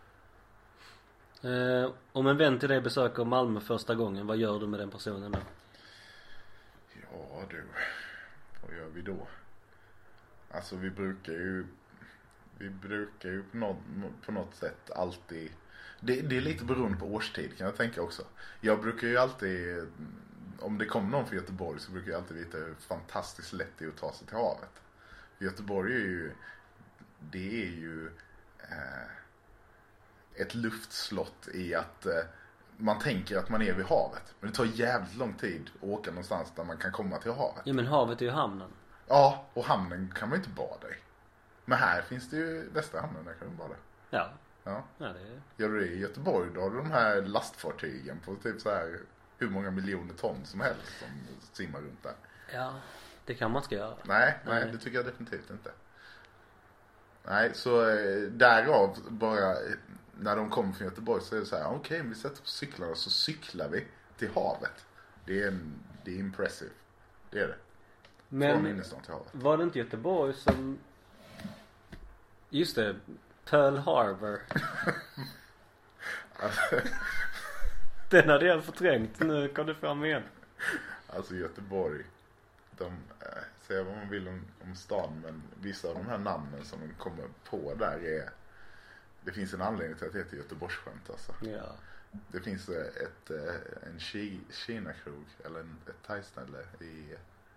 Eh, om en vän till dig besöker Malmö första gången, vad gör du med den personen då? Ja du, vad gör vi då? Alltså vi brukar ju vi brukar ju på något, på något sätt alltid det, det är lite beroende på årstid kan jag tänka också. Jag brukar ju alltid, om det kommer någon från Göteborg så brukar jag alltid veta hur fantastiskt lätt det är att ta sig till havet. Göteborg är ju det är ju eh, ett luftslott i att eh, man tänker att man är vid havet. Men det tar jävligt lång tid att åka någonstans där man kan komma till havet. Ja men havet är ju hamnen. Ja, och hamnen kan man inte bada i. Men här finns det ju västra hamnen, där kan du bada. Ja. Ja. Ja, det är... Gör du det i Göteborg då har du de här lastfartygen på typ så här hur många miljoner ton som helst som simmar runt där. Ja, det kan man ska göra. Nej, nej, nej, det tycker jag definitivt inte. Nej, så eh, därav bara när de kommer från Göteborg så är det så här, okej, okay, vi sätter på cyklar och så cyklar vi till havet. Det är en, det är impressive. Det är det. Men var det inte Göteborg som just det, Pearl Harbor. Den hade jag förträngt, nu kom det fram igen. Alltså Göteborg, de äh, säger vad man vill om, om stan, men vissa av de här namnen som de kommer på där är, det finns en anledning till att det heter Göteborgsskämt alltså. Ja. Det finns ett, en Kina-krog eller en, ett thaiställe i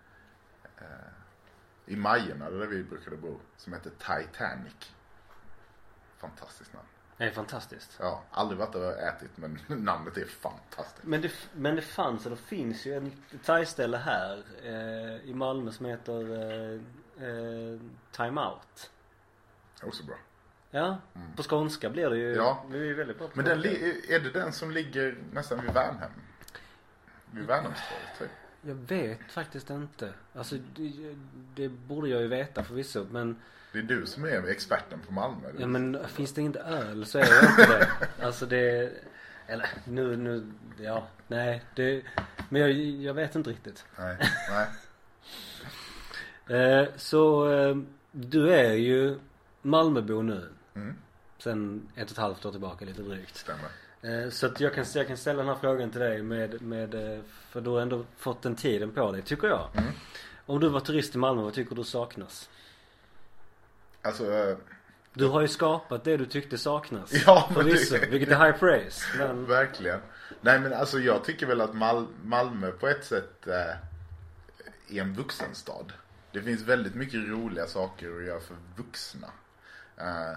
i Majorna där vi brukade bo som heter Titanic. Fantastiskt namn. Det är fantastiskt. Ja, aldrig varit och ätit men namnet är fantastiskt. Men det, men det fanns eller finns ju en thaiställe här eh, i Malmö som heter eh, eh, Time Out. Också bra. Ja, mm. på skånska blir det ju ja. vi är väldigt bra på. Men den li- är det den som ligger nästan vid Värnhem? Vid Värnhemstorget typ? Jag vet faktiskt inte. Alltså det, det borde jag ju veta förvisso, men det är du som är experten på Malmö. Ja, men finns det inte öl så är jag inte det. Alltså det eller nu nu ja, nej, det men jag jag vet inte riktigt. Nej, nej. eh, så eh, du är ju Malmöbo nu. Mm. Sen ett och ett halvt år tillbaka lite drygt. Stämmer. Eh, så att jag kan jag kan ställa den här frågan till dig med med eh, för du har ändå fått den tiden på dig, tycker jag. Mm. Om du var turist i Malmö, vad tycker du saknas? Alltså äh, du har ju skapat det du tyckte saknas. Ja, förvisso, det, vilket är high praise. Men... Verkligen. Nej, men alltså jag tycker väl att Mal- Malmö på ett sätt äh, är en vuxenstad. Det finns väldigt mycket roliga saker att göra för vuxna. Äh,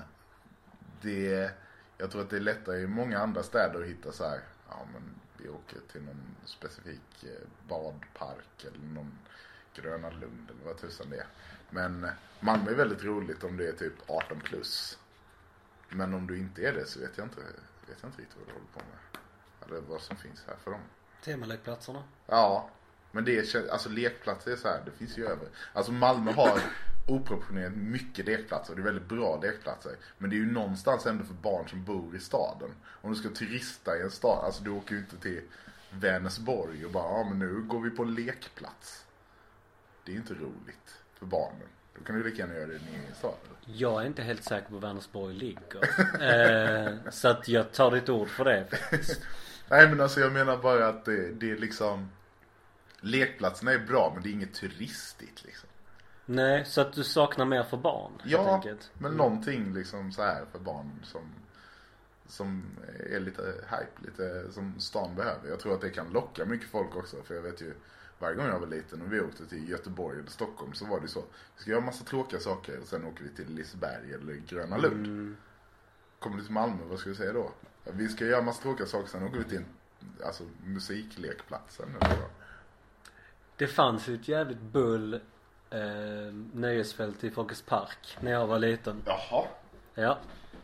det, jag tror att det är lättare i många andra städer att hitta så här, ja men vi åker till någon specifik eh, badpark eller någon Gröna Lund eller vad tusan det är. Men Malmö är väldigt roligt om det är typ arton plus. Men om du inte är det så vet jag inte, vet jag inte riktigt vad du håller på med. Eller vad som finns här för dem. Temalekplatserna? Ja, men det är, alltså lekplatser är så här, det finns ju över. Alltså Malmö har oproportionerligt mycket lekplatser. Det är väldigt bra lekplatser. Men det är ju någonstans ändå för barn som bor i staden. Om du ska turista i en stad, alltså du åker ju inte till Vänersborg och bara, ja men nu går vi på en lekplats. Det är inte roligt för barnen. Då kan du lika gärna göra det i en stad. Jag är inte helt säker på var Vänersborg ligger. eh, så att jag tar ditt ord för det. Nej, men alltså jag menar bara att det, det är liksom, lekplatserna är bra men det är inget turistigt liksom. Nej, så att du saknar mer för barn. Ja, enkelt. men Mm. någonting liksom så här för barn som som är lite hype, lite som stan behöver. Jag tror att det kan locka mycket folk också, för jag vet ju varje gång jag var liten och vi åkte till Göteborg eller Stockholm så var det så, vi ska göra massa tråkiga saker och sen åker vi till Liseberg eller Gröna Lund. Mm. Kommer du till Malmö, vad ska vi säga då? Vi ska göra massa tråkiga saker, sen åker vi till en, alltså musiklekplatsen eller då. Det fanns ju ett jävligt bull eh, nöjesfält i Folkets Park när jag var liten. Jaha. Ja.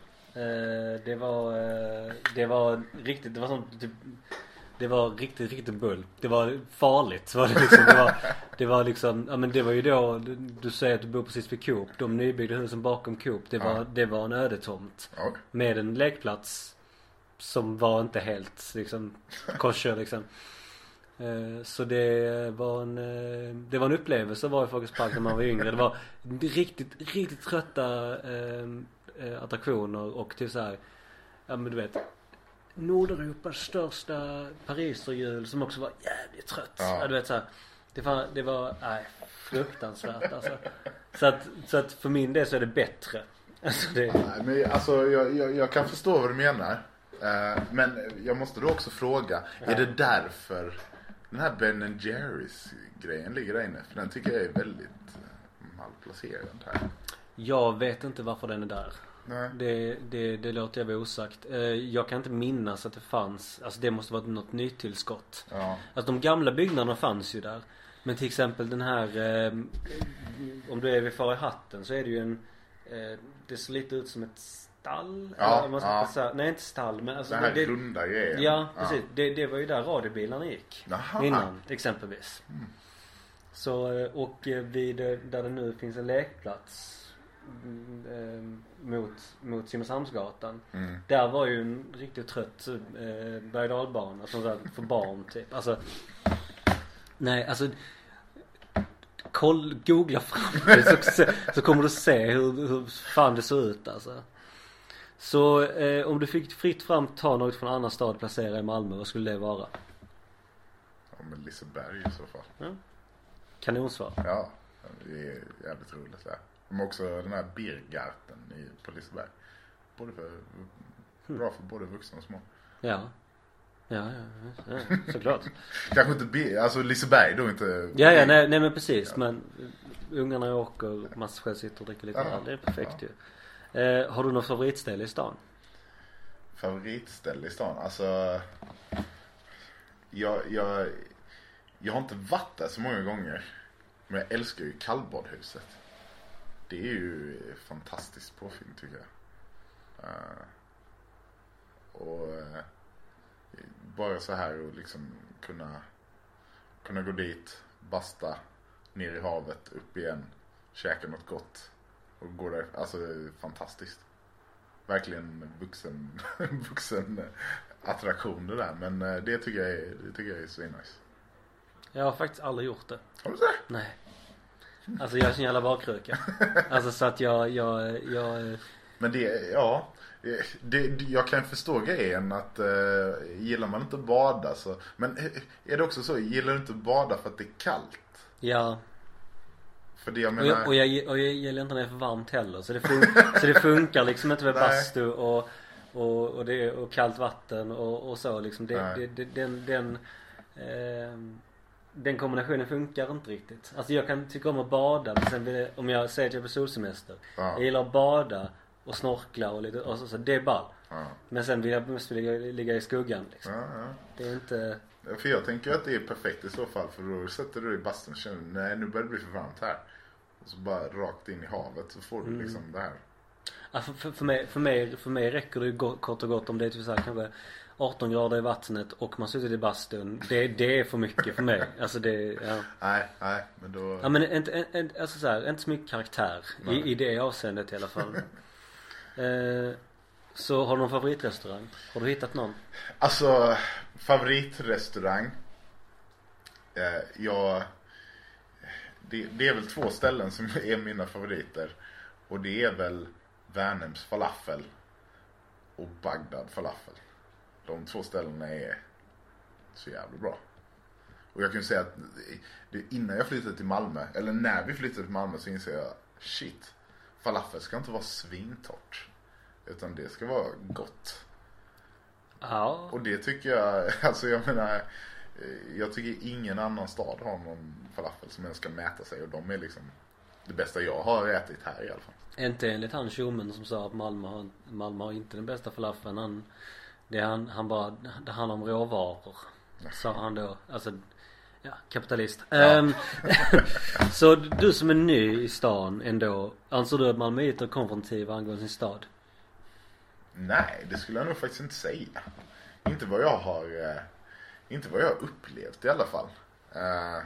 Eh, det var eh, det var riktigt, det var sånt typ, det var riktigt riktigt bull. Det var farligt var det liksom. Det var, det var liksom, ja men det var ju då du, du säger att du bor precis vid Coop. De nybyggda husen bakom Coop, det var, ja. det var en ödetomt. Ja. Med en lekplats som var inte helt liksom kosher liksom. Eh, så det var en eh, det var en upplevelse att vara i Folkets Park när man var yngre. Det var riktigt riktigt trötta eh, attraktioner och till så här, ja men du vet, Nordeuropas största pariserhjul som också var jävligt trött. Ja. Ja, du vet så här, det var det var nej, fruktansvärt alltså. Så att så att för min del så är det bättre. Alltså det nej, men alltså jag, jag jag kan förstå vad du menar. Uh, men jag måste då också fråga, ja. Är det därför den här Ben and Jerry's grejen ligger där inne? För den tycker jag är väldigt uh, malplacerad här. Jag vet inte varför den är där. Nej. Det, det, det låter jag vara osagt. Jag kan inte minnas att det fanns. Alltså det måste vara något nytt tillskott. Ja. Alltså de gamla byggnaderna fanns ju där. Men till exempel den här eh, om du är vid Far i hatten så är det ju en eh, det ser lite ut som ett stall. Ja, man ska ja. säga, nej inte stall men alltså den här det, runda grejen. Ja, precis. Ja. Det, det var ju där radiobilarna gick. Aha. Innan exempelvis. Mm. Så och vid där det nu finns en lekplats mot mot Simrishamnsgatan. Mm. Där var ju en riktigt trött eh, berg-och-dalbana som där för barn typ. Alltså nej, alltså koll, googla fram det så, så kommer du se hur, hur fan det ser ut alltså. Så eh, om du fick fritt fram ta något från en annan stad placera i Malmö, vad skulle det vara? Ja, men Liseberg i så fall. Ja. Kanonsvar. Ja, det är jävligt roligt där. Men också den här Birgarten i, på Liseberg. Både för, bra för både vuxna och små. Ja. Ja, ja, ja såklart. Kanske inte B, alltså Liseberg då inte. Ja, ja, nej, nej men precis. Ja. Men ungarna åker, man själv sitter och dricker lite ja, det är perfekt ja. ju. Eh, har du något favoritställe i stan? Favoritställe i stan? Alltså jag, jag, jag har inte varit där så många gånger. Men jag älskar ju kallbadhuset. Det är ju fantastiskt påfint tycker jag. Uh, och uh, bara så här och liksom kunna kunna gå dit, basta, ner i havet, upp igen, käka något gott och gå där. Alltså det är fantastiskt. Verkligen vuxen vuxen attraktion det där, men uh, det tycker jag är, det tycker jag är så nice. Jag har faktiskt aldrig gjort det. Har du det? Nej. Alltså jag är så jävla bakkröka. Alltså så att jag, jag, jag... Men det, ja det, det, jag kan förstå grejen att uh, gillar man inte att bada så... Men är det också så, gillar du inte att bada för att det är kallt? Ja. För det jag menar... Och jag, och jag, och jag gillar inte när det är för varmt heller. Så det, fun- så det funkar liksom inte med bastu och, och, och, det, och kallt vatten och, och så liksom. Det, det, det, den... den eh, den kombinationen funkar inte riktigt. Alltså jag kan tycka om att bada, men sen vill jag, om jag säger att jag är på solsemester, ja. Jag gillar att bada och snorkla och lite och så, så det är ball. Ja. Men sen vill jag måste ligga, ligga i skuggan liksom. Ja, ja. Det är inte... För jag tänker att det är perfekt i så fall, för då sätter du i bastun och känner, nej nu börjar det bli för varmt här. Och så bara rakt in i havet så får du mm. liksom det här. Ja, för, för, för, mig, för, mig, för mig räcker det ju kort och gott om det är typ så här, kanske arton grader i vattnet och man sitter i bastun. Det, det är för mycket för mig. Alltså det, ja. Nej, nej, men då... Ja, men inte, inte, alltså så här, inte så mycket karaktär i, i det avseendet i alla fall. eh, så har du någon favoritrestaurang? Har du hittat någon? Alltså, favoritrestaurang eh, jag... Det, det är väl två ställen som är mina favoriter. Och det är väl Värnhems falafel och Bagdad falafel. De två ställena är så jävla bra. Och jag kan säga att det, innan jag flyttade till Malmö, eller när vi flyttade till Malmö, så inser jag, shit, falafel ska inte vara svintort, utan det ska vara gott. Ja. Och det tycker jag, alltså jag menar, jag tycker ingen annan stad har någon falafel som ens ska mäta sig, och de är liksom det bästa jag har ätit här i alla fall. Inte enligt han tjommen som sa att Malmö har, Malmö har inte den bästa falafeln. Han, det han, han bara, det handlar om råvaror. Sa han då, alltså, ja, kapitalist. Ja. Um, så du som är ny i stan ändå, anser du att Malmö är konfrontativ angående sin stad? Nej, det skulle jag nog faktiskt inte säga. Inte vad jag har, eh, inte vad jag har upplevt i alla fall. Uh,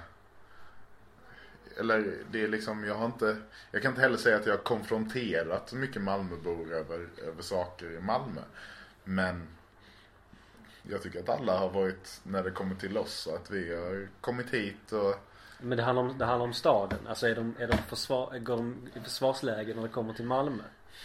Eller det är liksom, jag har inte, jag kan inte heller säga att jag har konfronterat så mycket Malmöbor över, över saker i Malmö. Men jag tycker att alla har varit, när det kommer till oss, att vi har kommit hit och... Men det handlar om, det handlar om staden. Alltså är de, är de försvar, går de i försvarsläge när det kommer till Malmö?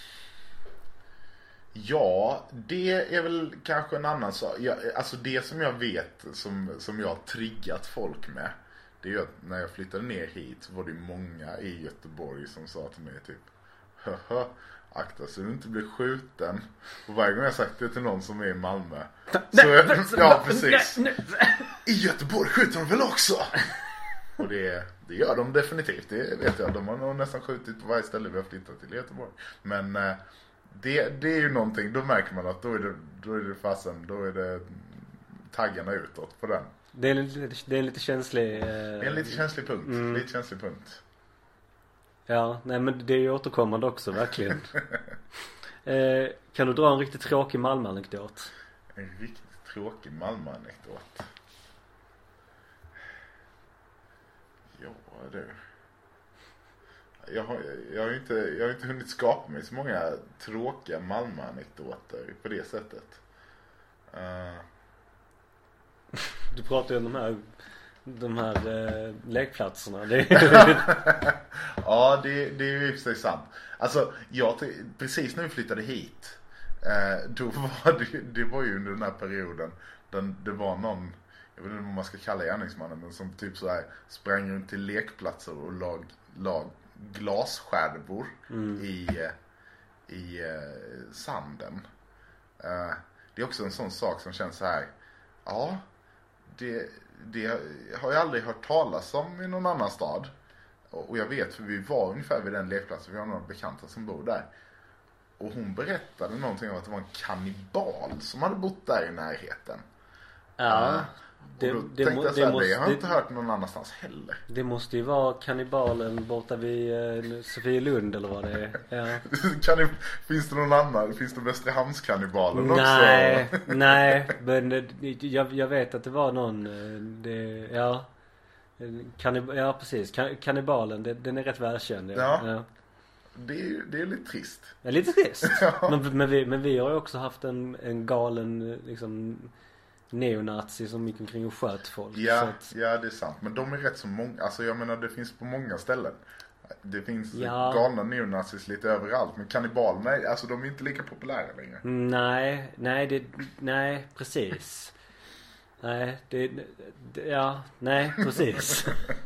Ja, det är väl kanske en annan sak. Jag, alltså det som jag vet, som, som jag har triggat folk med, det är ju att när jag flyttade ner hit var det många i Göteborg som sa till mig typ, haha, akta så du inte blir skjuten. Och varje gång jag sagt det till någon som är i Malmö, så jag, ja precis, i Göteborg skjuter de väl också? Och det, det gör de definitivt, det vet jag. De har nog nästan skjutit på varje ställe vi har flyttat till Göteborg. Men det, det är ju någonting, då märker man att då är det, då är det fasen, då är det taggarna utåt på den. Det är en lite, det är en lite känslig... Eh... Det är en lite känslig punkt. Mm. Lite känslig punkt. Ja, nej men det är ju återkommande också, verkligen. eh, kan du dra en riktigt tråkig Malmö-anekdot? En riktigt tråkig Malmö-anekdot? Ja, du. Jag har, jag har inte, jag har inte hunnit skapa mig så många tråkiga Malmö-anekdoter på det sättet. Uh... Du pratar ju om de här de här eh, lekplatserna. Det ja, det, det är ju i och för sig sant. Alltså, jag, precis när vi flyttade hit, eh, då var det, det var ju under den här perioden den, det var någon, jag vet inte vad man ska kalla gärningsmannen, men som typ så här sprang runt till lekplatser och lag, lag glasskärvor mm. i, i eh, sanden. Eh, det är också en sån sak som känns så här, ja, det, det har jag aldrig hört talas om i någon annan stad. Och jag vet, för vi var ungefär vid den lekplatsen, vi har några bekanta som bor där. Och hon berättade någonting om att det var en kannibal som hade bott där i närheten. Ja. Uh, Det, och då det, tänkte jag det, så här, måste, det har jag det, inte hört någon annanstans heller. det måste ju vara kannibalen borta vid eh, Sofielund eller vad det är. Ja. Kannib- finns det någon annan? Finns det Västerhamnskannibalen också? Nej, nej, men det, jag, jag vet att det var någon, eh, det, ja. Kannib- ja precis, Kan- kannibalen, det, den är rätt välkänd. Ja. Ja. Det är, det är lite trist. Ja, lite trist. Ja. men, men, vi, men vi har ju också haft en, en galen liksom neonazi som gick omkring och sköt folk. Ja, så att, ja, det är sant. Men de är rätt så många. Alltså jag menar, det finns på många ställen. Det finns Ja. galna neonazis lite överallt. Men kannibalerna, alltså de är inte lika populära längre. nej, nej, det, nej, precis. Nej, det, det, ja, nej, precis.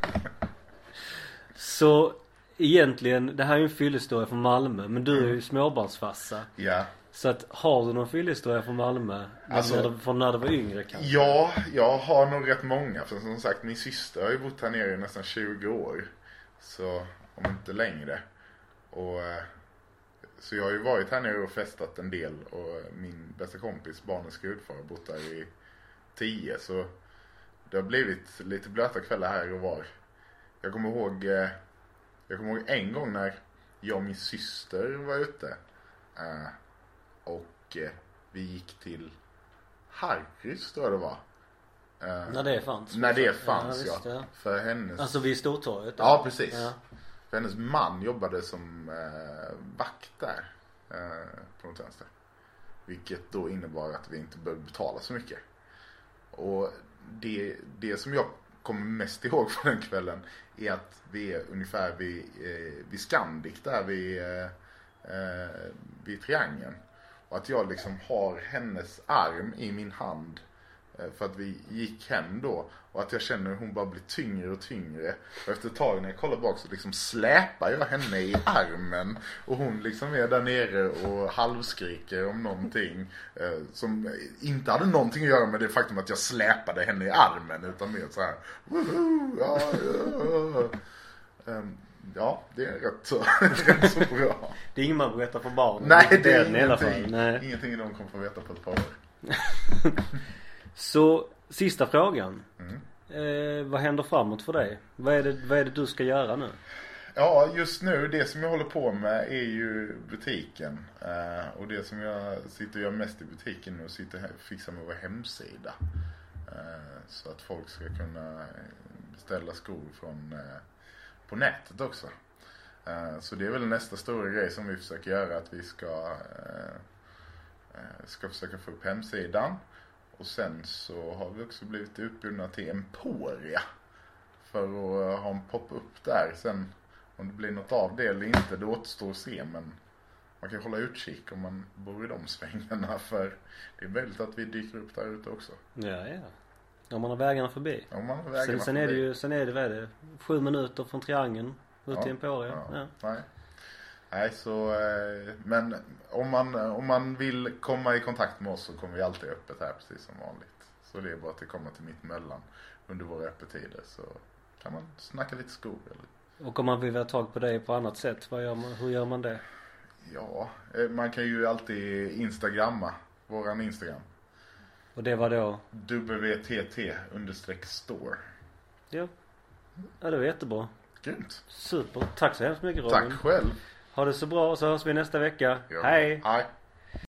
Så egentligen, det här är ju en fyllehistoria från Malmö, men du är ju småbarnsfarsa. Ja. Så att, har du någon fyllehistoria från Malmö? Alltså- när du, från när du var yngre kanske? Ja, jag har nog rätt många. För som sagt, min syster har ju bott här nere i nästan tjugo år. Så, om inte längre. Och eh, så jag har ju varit här nere och festat en del. Och min bästa kompis, barnens gudfar, har bott där i tio. Så det har blivit lite blöta kvällar här och var. Jag kommer ihåg eh, Jag kommer ihåg en gång när jag och min syster var ute. Eh, och eh, vi gick till Harrys, tror jag det var. Eh, När det fanns? När det fanns, ja. Visst, ja. ja. För hennes... Alltså vid Stortorget? Ja, precis. Ja. För hennes man jobbade som eh, vakt där. Eh, på något vänster. Vilket då innebar att vi inte behövde betala så mycket. Och det, det som jag kommer mest ihåg från den kvällen är att vi är ungefär vid, eh, vid Scandic där vid, eh, eh, vid triangeln. Och att jag liksom har hennes arm i min hand eh, för att vi gick hem då. Och att jag känner hur hon bara blir tyngre och tyngre. Och efter ett tag när jag kollar bak så liksom släpar jag henne i armen. Och hon liksom är där nere och halvskriker om någonting. Eh, som inte hade någonting att göra med det faktum att jag släpade henne i armen. Utan mer så här. Woho, ja, ja. Um, ja, det är rätt så, rätt så bra. Det är ingen man berättar för barnen. Nej, det är Den i alla fall. ingenting. Nej. Ingenting de kommer få veta på ett par år. Så, sista frågan. Mm. Eh, vad händer framåt för dig? Vad är, det, vad är det du ska göra nu? Ja, just nu, det som jag håller på med är ju butiken. Eh, och det som jag sitter och gör mest i butiken nu, sitter här och fixar med vår hemsida. Eh, så att folk ska kunna beställa skor från, eh, på nätet också. Eh, så det är väl nästa stora grej som vi försöker göra, att vi ska, eh, ska försöka få upp hemsidan. Och sen så har vi också blivit utbjudna till Emporia för att ha en pop-up där. Sen om det blir något av det eller inte, det återstår att se, men man kan hålla utkik om man bor i de svängarna, för det är väldigt att vi dyker upp där ute också. Ja, ja. Om man har vägarna förbi. Om man har vägarna sen, sen förbi. är det ju, sen är det, vad är det? Sju minuter från triangeln ut Ja, till Emporia. Ja, Ja. Nej. Nej, så, men om man, om man vill komma i kontakt med oss så kommer vi alltid öppet här precis som vanligt. Så det är bara att det kommer till mitt mellan under våra öppettider, så kan man snacka lite skor eller... Och om man vill ha tag på dig på annat sätt, vad gör man, hur gör man det? Ja, man kan ju alltid instagramma våran Instagram. Och det var då? W T T understreck store. Ja. Ja, det var jättebra. Grymt. Super. Tack så hemskt mycket, Robin. Tack själv. Ha det så bra, så hörs vi nästa vecka. Ja. Hej! Hej.